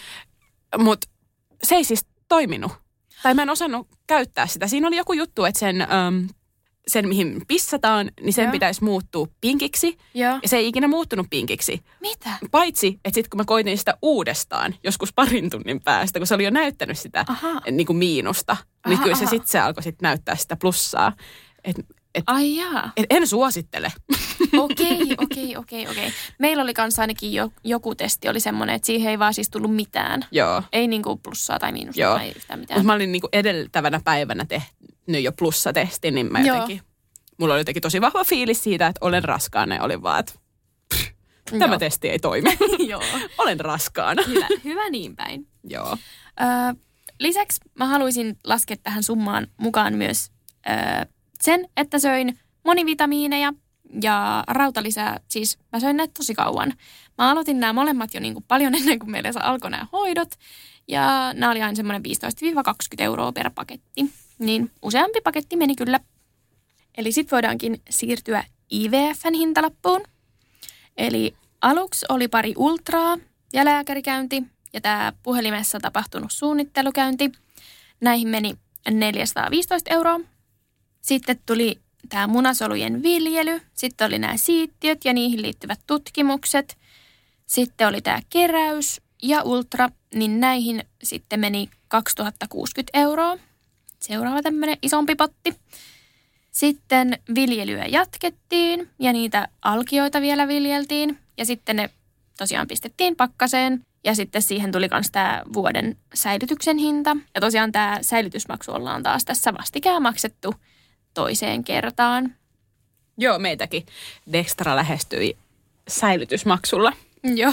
Mutta se ei siis toiminut. Tai mä en osannut käyttää sitä. Siinä oli joku juttu, että sen, äm, sen mihin pissataan, niin sen Joo. pitäisi muuttua pinkiksi. Joo. Ja se ei ikinä muuttunut pinkiksi. Mitä? Paitsi, että sitten kun mä koitin sitä uudestaan, joskus parin tunnin päästä, kun se oli jo näyttänyt sitä niin kuin miinusta, aha, niin kyllä se sitten se alkoi sit näyttää sitä plussaa. Et, et, Ai jaa. Et en suosittele. Okei, okei, okei, okei. Meillä oli kanssa ainakin jo, joku testi oli semmoinen, että siihen ei vaan siis tullut mitään. Joo. Ei niinku plussaa tai miinusta Joo. tai yhtään mitään. Mutta mä olin niinku edeltävänä päivänä tehnyt jo plussatesti, niin mä Joo. jotenkin, mulla oli jotenkin tosi vahva fiilis siitä, että olen raskaana ja olin vaan, että pff, tämä Joo. testi ei toimi. Joo. Olen raskaana. Hyvä, hyvä niin päin. Joo. Ö, lisäksi mä haluaisin laskea tähän summaan mukaan myös ö, sen, että söin monivitamiineja ja rautalisää. Siis mä söin näitä tosi kauan. Mä aloitin nämä molemmat jo niin kuin paljon ennen kuin meillä alkoi nämä hoidot. Ja nämä oli aina semmoinen viisitoista kaksikymmentä euroa per paketti. Niin useampi paketti meni kyllä. Eli sitten voidaankin siirtyä I V F:n hintalappuun. Eli aluksi oli pari ultraa ja lääkärikäynti ja tämä puhelimessa tapahtunut suunnittelukäynti. Näihin meni neljäsataaviisitoista euroa. Sitten tuli tämä munasolujen viljely. Sitten oli nämä siittiöt ja niihin liittyvät tutkimukset. Sitten oli tämä keräys ja ultra, niin näihin sitten meni kaksituhattakuusikymmentä euroa. Seuraava tämmöinen isompi potti. Sitten viljelyä jatkettiin ja niitä alkioita vielä viljeltiin. Ja sitten ne tosiaan pistettiin pakkaseen. Ja sitten siihen tuli myös tämä vuoden säilytyksen hinta. Ja tosiaan tämä säilytysmaksu ollaan taas tässä vastikään maksettu toiseen kertaan. Joo, meitäkin Dextra lähestyi säilytysmaksulla. Joo.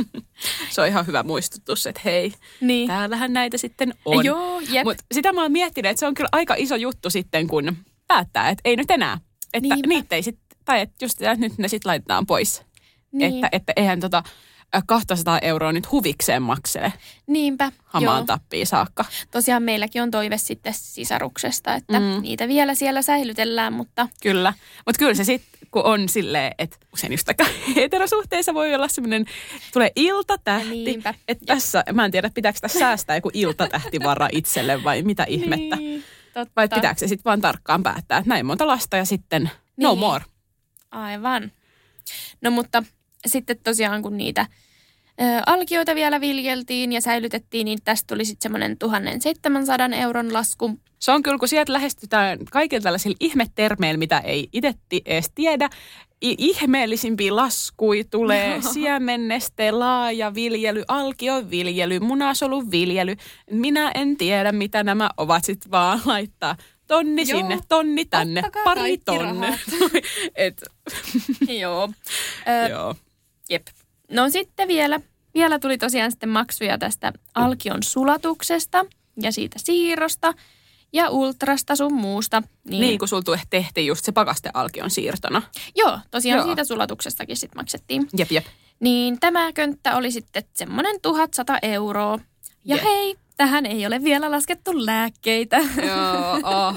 Se on ihan hyvä muistutus, että hei, niin. täällähän näitä sitten on. Joo, jep. Mutta sitä mä oon miettinyt, että se on kyllä aika iso juttu sitten, kun päättää, että ei nyt enää. Että Niinpä. niitä ei sitten, tai että just että nyt ne sitten laitetaan pois. Niin. Että, että eihän tota kaksisataa euroa nyt huvikseen maksele Niinpä, hamaan joo. tappiin saakka. Tosiaan meilläkin on toive sitten sisaruksesta, että mm. niitä vielä siellä säilytellään, mutta... Kyllä, mutta kyllä se sitten, kun on silleen, että usein just aika heterosuhteessa voi olla semmoinen, tulee iltatähti. Niinpä. Että tässä, mä en tiedä, pitääkö tässä säästää joku iltatähtivara itselle vai mitä ihmettä. Niin, totta. Vai pitääkö se sitten vaan tarkkaan päättää, että näin monta lasta ja sitten no Niin. more. Aivan. No mutta sitten tosiaan kun niitä Ö, alkioita vielä viljeltiin ja säilytettiin, niin tästä tuli sitten semmoinen tuhatseitsemänsataa euron lasku. Se on kyllä, kun sieltä lähestytään kaikilla tällaisilla ihmetermeillä, mitä ei itse edes tiedä. I- ihmeellisimpiä laskuja tulee siemenneste, laaja viljely, alkioviljely, munasolun viljely. Minä en tiedä, mitä nämä ovat, sitten vaan laittaa tonni Joo. sinne, tonni tänne, Ottakaa pari tonne. Et. Joo. Ö, Joo. Jep. No sitten vielä, vielä tuli tosiaan sitten maksuja tästä alkion sulatuksesta ja siitä siirrosta ja ultrasta sun muusta. Niin, niin kun sulta tehtiin just se pakastealkion siirtona. Joo, tosiaan Joo. siitä sulatuksestakin sitten maksettiin. Jep, jep. Niin tämä könttä oli sitten semmoinen tuhatsata euroa. Ja Jep. hei, tähän ei ole vielä laskettu lääkkeitä. Joo, oh.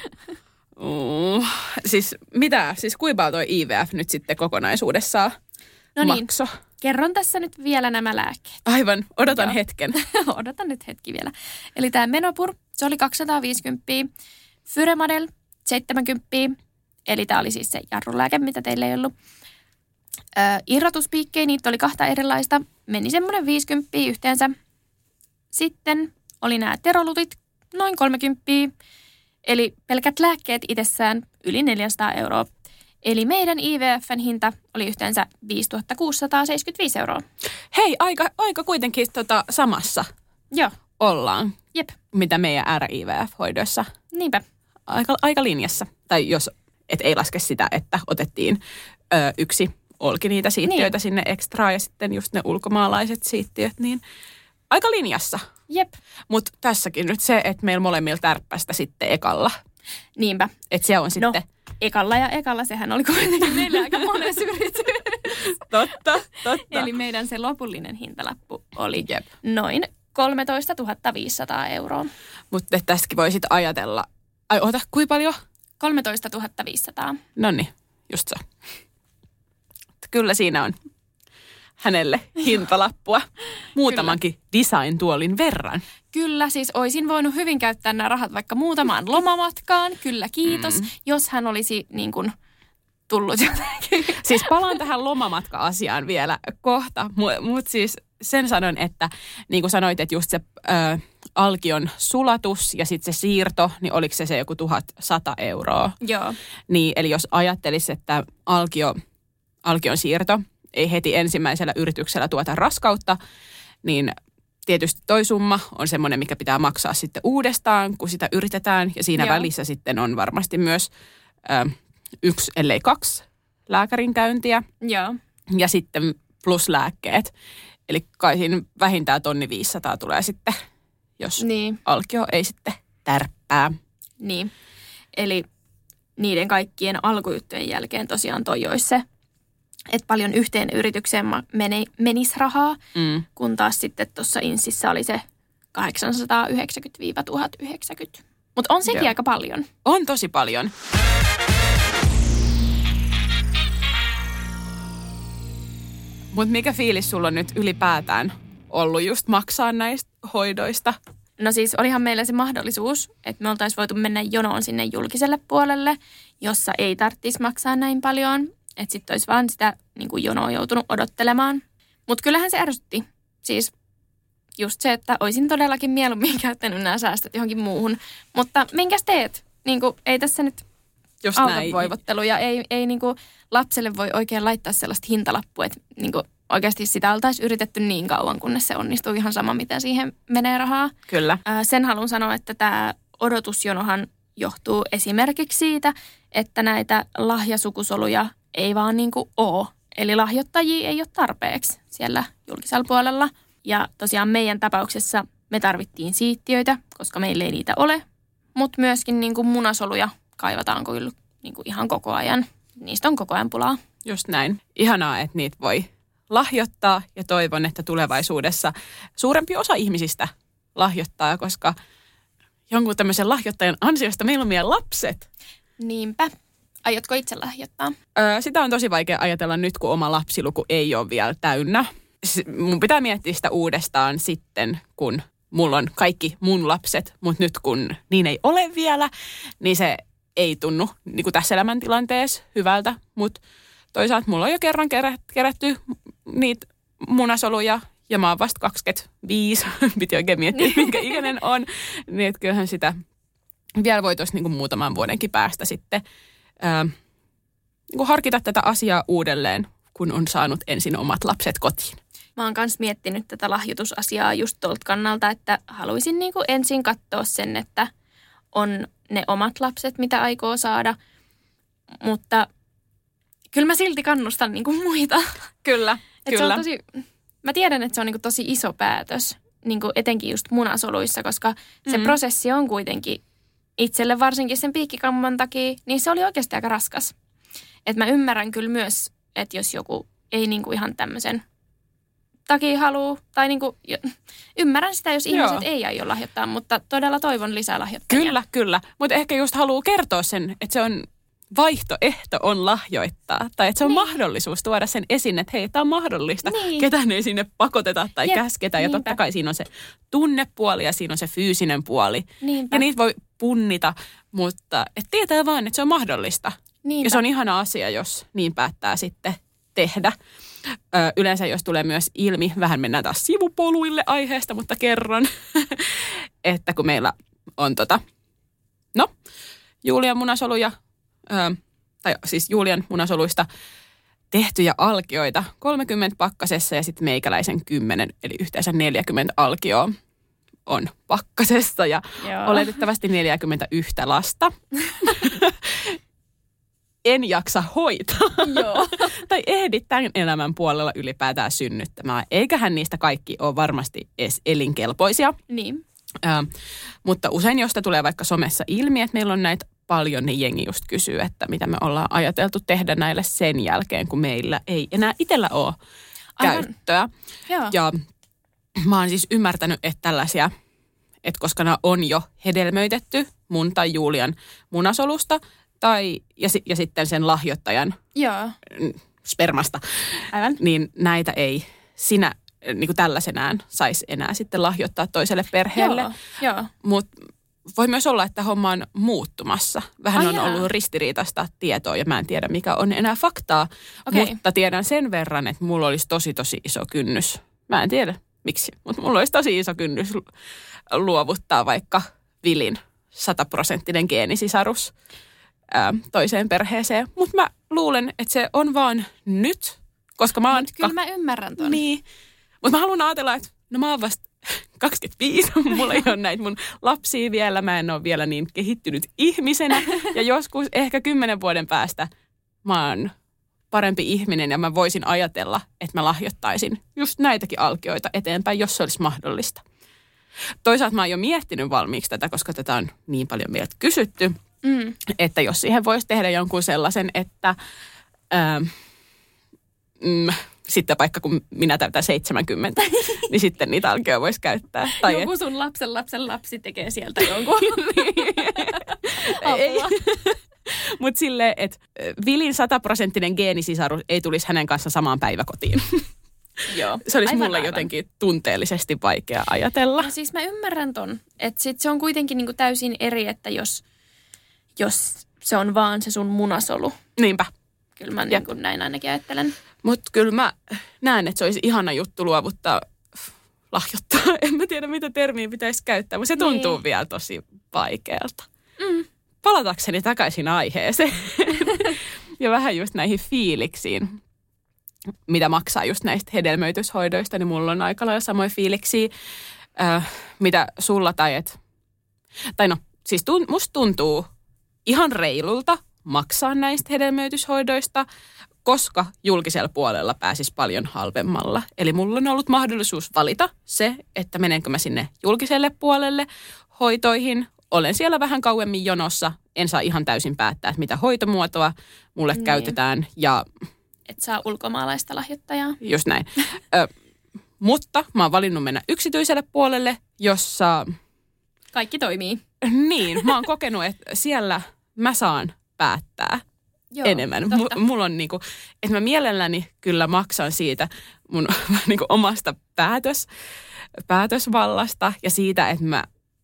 uh. Siis mitä, siis kuinka toi I V F nyt sitten kokonaisuudessaan No niin, makso? kerron tässä nyt vielä nämä lääkkeet. Aivan, odotan Joo. hetken. Odotan nyt hetki vielä. Eli tämä Menopur, se oli kaksisataaviisikymmentä. Fyremadel, seitsemänkymmentä. Eli tämä oli siis se jarrulääke, mitä teillä ei ollut. Ö, irrotuspiikkejä, niitä oli kahta erilaista. Meni semmoinen viisikymmentä yhteensä. Sitten oli nämä terolutit, noin kolmekymmentä. Eli pelkät lääkkeet itsessään yli neljäsataa euroa. Eli meidän I V F:n hinta oli yhteensä viisituhatta kuusisataaseitsemänkymmentäviisi euroa. Hei, aika, aika kuitenkin tota samassa Joo, ollaan, jep, mitä meidän R I V F-hoidoissa. niinpä. Aika, aika linjassa. Tai jos et ei laske sitä, että otettiin ö, yksi olki niitä siittiöitä Niin. sinne ekstraa ja sitten just ne ulkomaalaiset siittiöt, niin aika linjassa. Jep, Mutta tässäkin nyt se, että meillä molemmilla tärppästä sitten ekalla. niinpä. Että se on No, sitten... ekalla ja ekalla sehän oli kuitenkin meillä aika monessa yrityksessä. Totta, totta. Eli meidän se lopullinen hintalappu oli Jep. noin kolmetoistatuhatta viisisataa euroa. Mutta tästäkin voi sitten ajatella... Ai, ota, kuinka paljon? kolmetoistatuhatta viisisataa. Noniin, just se. Kyllä siinä on hänelle hintalappua muutamankin design-tuolin verran. Kyllä, siis olisin voinut hyvin käyttää nämä rahat vaikka muutamaan lomamatkaan. Kyllä, kiitos. Mm. Jos hän olisi niin kuin tullut jotenkin. Siis palaan tähän lomamatka-asiaan vielä kohta, mutta mut siis sen sanon, että niin kuin sanoit, että just se ö, alkion sulatus ja sitten se siirto, niin oliko se se joku tuhatsata euroa? Joo. Niin, eli jos ajattelisi, että alkio, alkion siirto ei heti ensimmäisellä yrityksellä tuota raskautta, niin tietysti toi summa on semmoinen, mikä pitää maksaa sitten uudestaan, kun sitä yritetään. Ja siinä Joo. välissä sitten on varmasti myös ö, yksi, ellei kaksi lääkärin käyntiä. Joo. Ja sitten plus lääkkeet. Eli kai siinä vähintään tonni viisisataa tulee sitten, jos Niin. alkio ei sitten tärppää. Niin. Eli niiden kaikkien alkujuttujen jälkeen tosiaan toi olisi se, että paljon yhteen yritykseen meni, menisi rahaa, Mm. kun taas sitten tuossa Insissä oli se kahdeksansataayhdeksänkymmentä tuhatyhdeksänkymmentä. Mutta on sekin Joo. aika paljon. On tosi paljon. Mutta mikä fiilis sulla on nyt ylipäätään ollut just maksaa näistä hoidoista? No siis olihan meillä se mahdollisuus, että me oltaisiin voitu mennä jonoon sinne julkiselle puolelle, jossa ei tarvitsisi maksaa näin paljon. Että sitten olisi vaan sitä niin kuin jonoa joutunut odottelemaan. Mutta kyllähän se ärsytti. Siis just se, että olisin todellakin mieluummin käyttänyt nämä säästöt johonkin muuhun. Mutta minkäs teet? Niin kuin, ei tässä nyt Just auta näin. voivotteluja. Ei, ei niin kuin lapselle voi oikein laittaa sellaista hintalappua, että niin kuin oikeasti sitä oltaisiin yritetty niin kauan, kunnes se onnistuu ihan sama, miten siihen menee rahaa. Kyllä. Ää, sen haluan sanoa, että tämä odotusjonohan johtuu esimerkiksi siitä, että näitä lahjasukusoluja ei vaan niin kuin ole. Eli lahjoittajia ei ole tarpeeksi siellä julkisella puolella. Ja tosiaan meidän tapauksessa me tarvittiin siittiöitä, koska meillä ei niitä ole. Mutta myöskin niin kuin munasoluja kaivataan kyllä niin kuin ihan koko ajan. Niistä on koko ajan pulaa. Just näin. Ihanaa, että niitä voi lahjoittaa ja toivon, että tulevaisuudessa suurempi osa ihmisistä lahjoittaa, koska jonkun tämmöisen lahjoittajan ansiosta meillä on meidän lapset. Niinpä. Aiotko itse lahjoittaa? Öö, sitä on tosi vaikea ajatella nyt, kun oma lapsiluku ei ole vielä täynnä. Mun pitää miettiä sitä uudestaan sitten, kun mulla on kaikki mun lapset, mutta nyt kun niin ei ole vielä, niin se ei tunnu niin kuin tässä elämäntilanteessa hyvältä. Mutta toisaalta mulla on jo kerran kerätty niitä munasoluja ja mä oon vasta kaksikymmentäviisi, piti oikein miettiä, minkä ikäinen on, niin että kyllähän sitä vielä voitaisiin niin kuin muutaman vuodenkin päästä sitten ää, niin kuin harkita tätä asiaa uudelleen, kun on saanut ensin omat lapset kotiin. Mä oon myös miettinyt tätä lahjoitusasiaa just tuolta kannalta, että haluaisin niin kuin ensin katsoa sen, että on ne omat lapset, mitä aikoo saada, mutta kyllä mä silti kannustan niin kuin muita. Kyllä, Et kyllä. Se on tosi, mä tiedän, että se on niin kuin tosi iso päätös, niin kuin etenkin just munasoluissa, koska se Mm. prosessi on kuitenkin itselle varsinkin sen piikkikamman takia, niin se oli oikeasti aika raskas. Et mä ymmärrän kyllä myös, että jos joku ei niin kuin ihan tämmöisen takia haluu, tai niin kuin, ymmärrän sitä, jos ihmiset Joo. ei aio lahjoittaa, mutta todella toivon lisää lahjoittajia. Kyllä, kyllä. Mutta ehkä just haluaa kertoa sen, että se on vaihtoehto on lahjoittaa. Tai että se on Niin. mahdollisuus tuoda sen esiin, että hei, tämä on mahdollista. Niin. Ketään ei sinne pakoteta tai Jep, käsketä. Ja totta niinpä. kai siinä on se tunnepuoli ja siinä on se fyysinen puoli. Niinpä. Ja niitä voi punnita, mutta et tietää vaan, että se on mahdollista. Niinpä. Ja se on ihana asia, jos niin päättää sitten tehdä. Ö, yleensä jos tulee myös ilmi, vähän mennään taas sivupoluille aiheesta, mutta kerron, että kun meillä on tota, no, Julian munasoluja, ö, tai siis Julian munasoluista tehtyjä alkioita, kolmekymmentä pakkasessa ja sitten meikäläisen kymmenen, eli yhteensä neljäkymmentä alkioa on pakkasessa ja Joo. oletettavasti neljäkymmentäyksi lasta. En jaksa hoitaa. Joo. Tai ehdi tämän elämän puolella ylipäätään synnyttämään. Eiköhän niistä kaikki ole varmasti edes elinkelpoisia. Niin. Ö, mutta usein, josta tulee vaikka somessa ilmi, että meillä on näitä paljon, niin jengi just kysyy, että mitä me ollaan ajateltu tehdä näille sen jälkeen, kun meillä ei enää itsellä ole Aivan. käyttöä. Joo. Ja mä oon siis ymmärtänyt, että tällaisia, että koska nämä on jo hedelmöitetty mun tai Julian munasolusta, tai, ja, ja sitten sen lahjoittajan Joo. spermasta, Aivan. niin näitä ei sinä niin kuin tällaisenään saisi enää sitten lahjoittaa toiselle perheelle. Joo. Joo. Mutta voi myös olla, että homma on muuttumassa. Vähän Ai on jaa. ollut ristiriitaista tietoa ja mä en tiedä, mikä on enää faktaa. Okei. Mutta tiedän sen verran, että mulla olisi tosi, tosi iso kynnys. Mä en tiedä miksi, mutta mulla olisi tosi iso kynnys lu- luovuttaa vaikka Vilin sataprosenttinen geenisisarus ää, toiseen perheeseen. Mutta mä luulen, että se on vaan nyt, koska mä oon... Mut kyllä mä ymmärrän ton. Niin. Mutta mä haluan ajatella, että no mä oon vasta kaksikymmentäviisi, mulla ei ole näitä mun lapsia vielä, mä en ole vielä niin kehittynyt ihmisenä. Ja joskus ehkä kymmenen vuoden päästä mä oon parempi ihminen ja mä voisin ajatella, että mä lahjoittaisin just näitäkin alkioita eteenpäin, jos se olisi mahdollista. Toisaalta mä oon jo miettinyt valmiiksi tätä, koska tätä on niin paljon meiltä kysytty, Mm. että jos siihen voisi tehdä jonkun sellaisen, että ää, mm, sitten vaikka kun minä täytän seitsemänkymmentä, niin sitten niitä alkioita voisi käyttää. Tai Joku sun lapsen lapsen lapsi tekee sieltä jonkun. ei. Apua. Mutta silleen, että Vilin sataprosenttinen geenisisarus ei tulisi hänen kanssa samaan päiväkotiin. Joo. Se olisi Aivan, mulle aivan. jotenkin tunteellisesti vaikea ajatella. No siis mä ymmärrän ton. Että sit se on kuitenkin niinku täysin eri, että jos, jos se on vaan se sun munasolu. Niinpä. Kyllä mä niinku näin ainakin ajattelen. Mutta kyllä mä näen, että se olisi ihana juttu luovuttaa, lahjoittaa. En mä tiedä, mitä termiä pitäisi käyttää, mutta se tuntuu Niin. vielä tosi vaikealta. Mm. Palatakseni takaisin aiheeseen ja vähän just näihin fiiliksiin, mitä maksaa just näistä hedelmöityshoidoista, niin mulla on aika lailla samoja fiiliksiä, äh, mitä sulla tai et. Tai no, siis tun, musta tuntuu ihan reilulta maksaa näistä hedelmöityshoidoista, koska julkisella puolella pääsisi paljon halvemmalla. Eli mulla on ollut mahdollisuus valita se, että menenkö mä sinne julkiselle puolelle hoitoihin. Olen siellä vähän kauemmin jonossa. En saa ihan täysin päättää, että mitä hoitomuotoa mulle Niin. käytetään. Ja Et saa ulkomaalaista lahjoittajaa. just näin. Ö, mutta mä oon valinnut mennä yksityiselle puolelle, jossa... Kaikki toimii. Niin, mä oon kokenut, että siellä mä saan päättää Joo, enemmän. totta. M- mulla on niinku, että mä mielelläni kyllä maksan siitä mun niinku omasta päätös, päätösvallasta ja siitä, että mä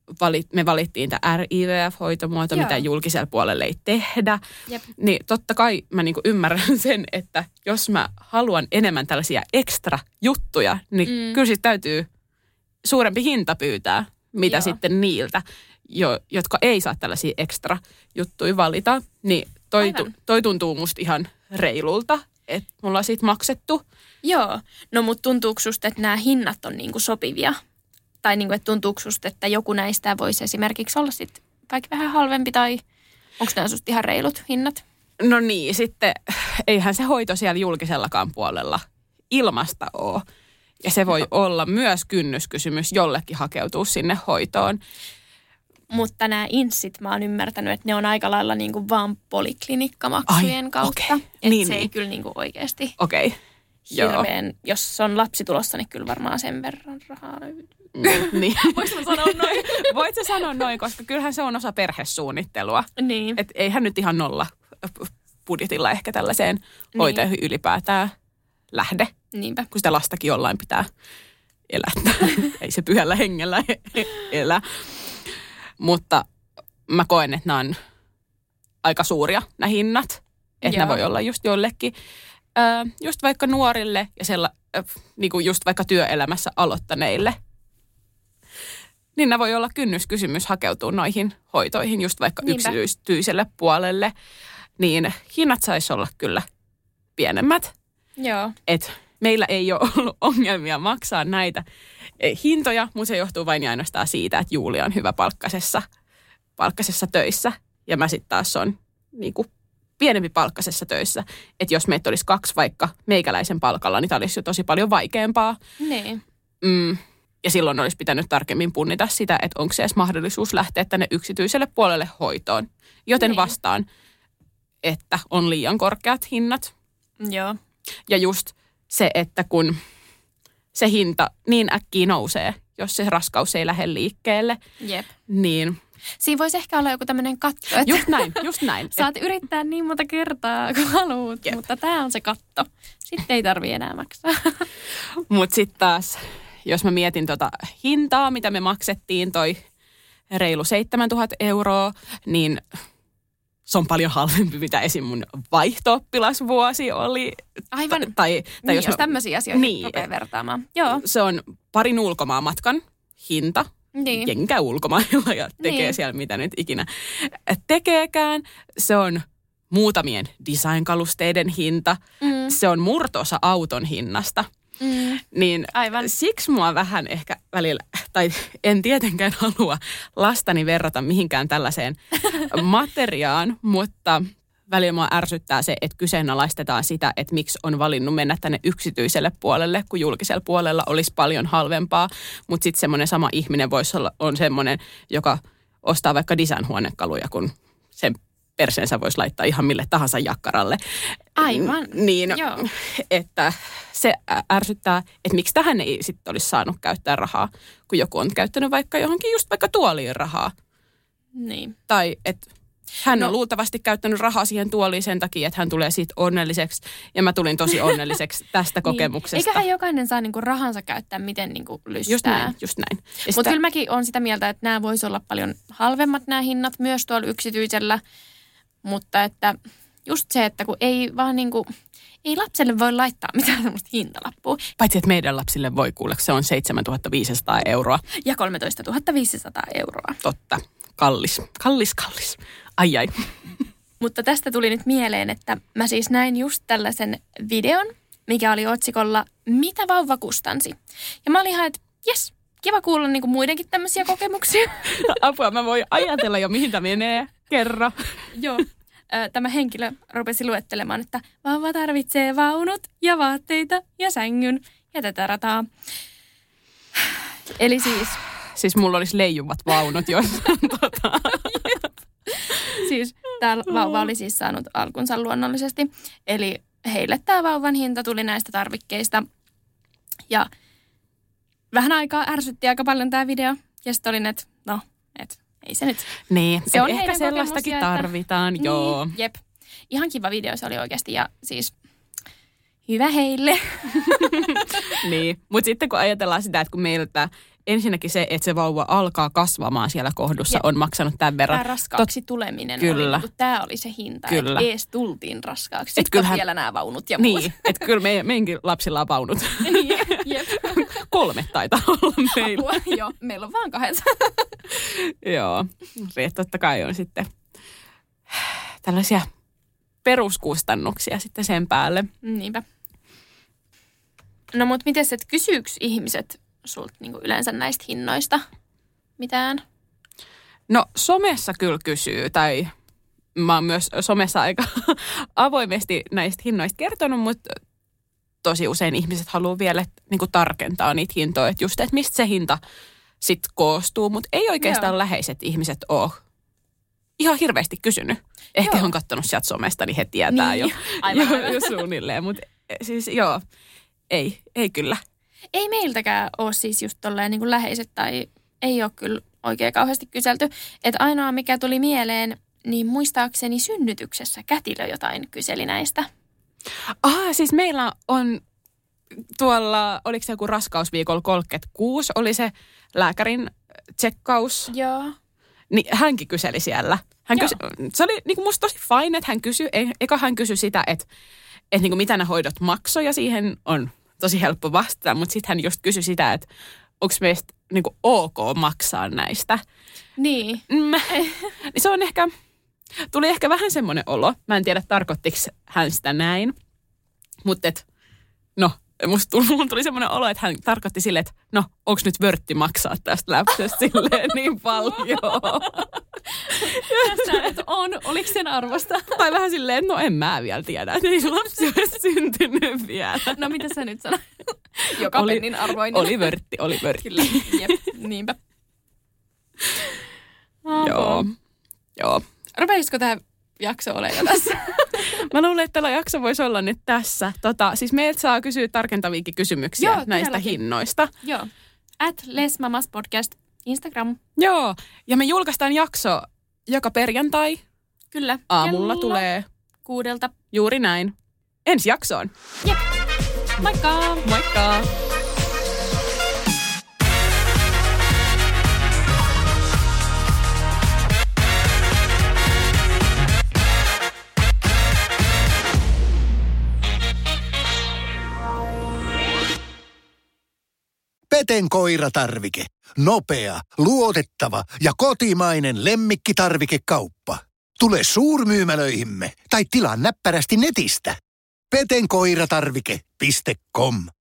valit, me valittiin tämä R I V F-hoitomuoto, Joo. mitä julkisella puolella ei tehdä. Jep. Niin totta kai mä niinku ymmärrän sen, että jos mä haluan enemmän tällaisia ekstra juttuja, niin mm. kyllä siitä täytyy suurempi hinta pyytää, mitä Joo. sitten niiltä, jo, jotka ei saa tällaisia ekstra juttuja valita. Niin toi, tu, toi tuntuu musta ihan reilulta, että mulla on siitä maksettu. Joo, no mutta tuntuuko susta, että nämä hinnat on niinku sopivia? Tai niinku, että tuntuuko susta, että joku näistä voisi esimerkiksi olla sitten vaikka vähän halvempi tai onko nämä susta ihan reilut hinnat? No niin, sitten eihän se hoito siellä julkisellakaan puolella ilmasta ole. Ja se voi no. olla myös kynnyskysymys jollekin hakeutua sinne hoitoon. Mutta nämä inssit, mä oon ymmärtänyt, että ne on aika lailla niinku vaan poliklinikkamaksujen Ai, kautta. okay. Että niin, se niin. ei kyllä niinku oikeasti Okei, okay. hirveän, jos on lapsi tulossa, niin kyllä varmaan sen verran rahaa löytyy. Mm, niin. Voinko mä sanoa noin? Voit sä sanoa noin, koska kyllähän se on osa perhesuunnittelua. Niin. Että eihän nyt ihan nolla budjetilla ehkä tällaiseen niin. hoitoihin ylipäätään lähde. Niinpä. Kun sitä lastakin jollain pitää elättää. Ei se pyhällä hengellä elä. Mutta mä koen, että nämä on aika suuria nämä hinnat. Että nämä voi olla just jollekin, äh, just vaikka nuorille ja sella, äh, niin kuin just vaikka työelämässä aloittaneille. Niin nämä voi olla kynnyskysymys hakeutua noihin hoitoihin just vaikka Niinpä. yksityiselle puolelle. Niin hinnat saisi olla kyllä pienemmät. Joo. Et meillä ei ole ollut ongelmia maksaa näitä hintoja, mutta se johtuu vain ja ainoastaan siitä, että Julia on hyvä palkkasessa, palkkasessa töissä. Ja mä sitten taas on niin kuin pienempi palkkasessa töissä. Että jos meitä olisi kaksi vaikka meikäläisen palkalla, niin tämä olisi jo tosi paljon vaikeampaa. Niin. Mm. Ja silloin olisi pitänyt tarkemmin punnita sitä, että onko se edes mahdollisuus lähteä tänne yksityiselle puolelle hoitoon. Joten niin. vastaan, että on liian korkeat hinnat. Joo. Ja just se, että kun se hinta niin äkkiä nousee, jos se raskaus ei lähde liikkeelle, Jep. niin... Siinä voisi ehkä olla joku tämmöinen katto. Että just näin, just näin. Saat yrittää niin monta kertaa, kun haluat, Jep. mutta tämä on se katto. Sitten ei tarvitse enää maksaa. Mutta sitten taas, jos mä mietin tota hintaa, mitä me maksettiin, toi reilu seitsemäntuhatta euroa, niin... Se on paljon halvempi, mitä esim. Mun vaihto-oppilasvuosi oli. Aivan. Tai, tai niin, jos, jos mä, tämmöisiä asioita niin, rupeaa vertaamaan. Joo. Se on parin ulkomaanmatkan hinta. Niin. Jengi käy ulkomailla ja tekee niin. siellä mitä nyt ikinä tekeekään. Se on muutamien design-kalusteiden hinta. Mm. Se on murto-osa auton hinnasta. Mm. Niin Aivan. Siksi mua vähän ehkä välillä, tai en tietenkään halua lastani verrata mihinkään tällaiseen materiaan, mutta välillä mua ärsyttää se, että kyseenalaistetaan sitä, että miksi on valinnut mennä tänne yksityiselle puolelle, kun julkisella puolella olisi paljon halvempaa, mutta sitten semmoinen sama ihminen voisi olla, on semmoinen, joka ostaa vaikka design-huonekaluja, kun sen perseensä voisi laittaa ihan mille tahansa jakkaralle. Aivan, Niin, joo. että se ärsyttää, että miksi tähän ei sitten olisi saanut käyttää rahaa, kun joku on käyttänyt vaikka johonkin just vaikka tuoliin rahaa. Niin. Tai että hän no. on luultavasti käyttänyt rahaa siihen tuoliin sen takia, että hän tulee siitä onnelliseksi. Ja mä tulin tosi onnelliseksi tästä niin. kokemuksesta. Eiköhän jokainen saa niinku rahansa käyttää, miten niinku lystää. Just näin, just näin. Mutta sitä... kyllä mäkin olen sitä mieltä, että nämä voisi olla paljon halvemmat nämä hinnat myös tuolla yksityisellä. Mutta että just se, että kun ei vaan niinku, ei lapselle voi laittaa mitään semmoista hintalappua. Paitsi, että meidän lapsille voi kuulla, se on seitsemäntuhatta viisisataa euroa. Ja kolmetoistatuhatta viisisataa euroa. Totta. Kallis. Kallis, kallis. Ai ai. Mutta tästä tuli nyt mieleen, että mä siis näin just tällaisen videon, mikä oli otsikolla Mitä vauva kustansi? Ja mä olin ihan, että jes, kiva kuulla niinku muidenkin tämmöisiä kokemuksia. Apua, mä voin ajatella jo, mihin tämä menee. Kerro. Joo. Tämä henkilö rupesi luettelemaan, että vauva tarvitsee vaunut ja vaatteita ja sängyn ja tätä rataa. Eli siis... Siis mulla olisi leijuvat vaunut, jos... tota. Siis tämä vauva oli siis saanut alkunsa luonnollisesti. Eli heille tämä vauvan hinta tuli näistä tarvikkeista. Ja vähän aikaa ärsytti aika paljon tämä video. Ja sitten olin, että no, että ei se nyt. Niin, se on ehkä sellaistakin tarvitaan, että, joo. Niin, jep. Ihan kiva video se oli oikeasti ja siis hyvä heille. Niin, mutta sitten kun ajatellaan sitä, että kun meiltä ensinnäkin se, että se vauva alkaa kasvamaan siellä kohdussa, Jep. on maksanut tämän verran. Tämä raskaaksi Tot... tuleminen Kyllä. oli, tämä oli se hinta, Kyllä. että ees tultiin raskaaksi. Et Sitten kyllähän... vielä nämä vaunut ja muut. Niin, että kyllä me, meidänkin lapsilla on vaunut. Niin, jep. Kolme taitaa olla meillä. Apua, joo, meillä on vaan kahdessa. Joo, se totta kai on sitten tällaisia peruskustannuksia sitten sen päälle. Niinpä. No mut miten että kysyykö ihmiset sulta niinku yleensä näistä hinnoista mitään? No somessa kyllä kysyy, tai mä oon myös somessa aika avoimesti näistä hinnoista kertonut, mutta tosi usein ihmiset haluaa vielä niinku tarkentaa niitä hintoja, että just, että mistä se hinta sitten koostuu, mutta ei oikeastaan Joo. läheiset ihmiset ole ihan hirveästi kysynyt. Ehkä he on katsonut sieltä somesta, niin he tietää niin. jo, aivan, jo, aivan. jo suunnilleen, mutta siis joo, ei, ei kyllä. Ei meiltäkään ole siis just tolleen niin kuin läheiset tai ei ole kyllä oikein kauheasti kyselty. Että ainoa mikä tuli mieleen, niin muistaakseni synnytyksessä kätilö jotain kyseli näistä. Ah, siis meillä on tuolla, oliko se joku raskausviikolla kolmekymmentäkuusi, oli se lääkärin tsekkaus. Joo. Niin hänkin kyseli siellä. Hän kysy, se oli niin kuin musta tosi fine, että hän kysyi, eka hän kysyi sitä, että, että niin kuin mitä ne hoidot maksoi ja siihen on tosi helppo vastata, mutta sitten hän just kysyi sitä, että onko meistä niin kuin ok maksaa näistä. Niin. Mm, se on ehkä, tuli ehkä vähän semmoinen olo, mä en tiedä tarkoittiko hän sitä näin, mutta et, no musta tuli, tuli semmoinen olo, että hän tarkoitti silleen, että no onko nyt vörtti maksaa tästä läpsästä silleen niin paljon. Tässä nyt on, oliko sen arvosta? Tai vähän silleen, että no en mä vielä tiedä, että ei lapsi ole syntynyt vielä. No mitä sä nyt sanoit? Joka oli, pennin arvoinen. Oli vörtti, oli vörtti. Kyllä, jep, niinpä. Oh, joo, joo. Rupeisiko tämä jakso olemaan jo tässä? Mä luulen, että tällä jakso voisi olla nyt tässä. Tota, siis meiltä saa kysyä tarkentaviakin kysymyksiä Joo, näistä todellakin. hinnoista. Joo. At Les Mamas Podcast Instagram. Joo, ja me julkaistaan jakso joka perjantai. Kyllä. Aamulla Kello tulee. Kuudelta. Juuri näin. Ensi jaksoon. Jep. Moikka! Moikka! Peten koiratarvike. Nopea, luotettava ja kotimainen lemmikkitarvikekauppa. Tule suurmyymälöihimme tai tilaa näppärästi netistä. peten koiratarvike piste com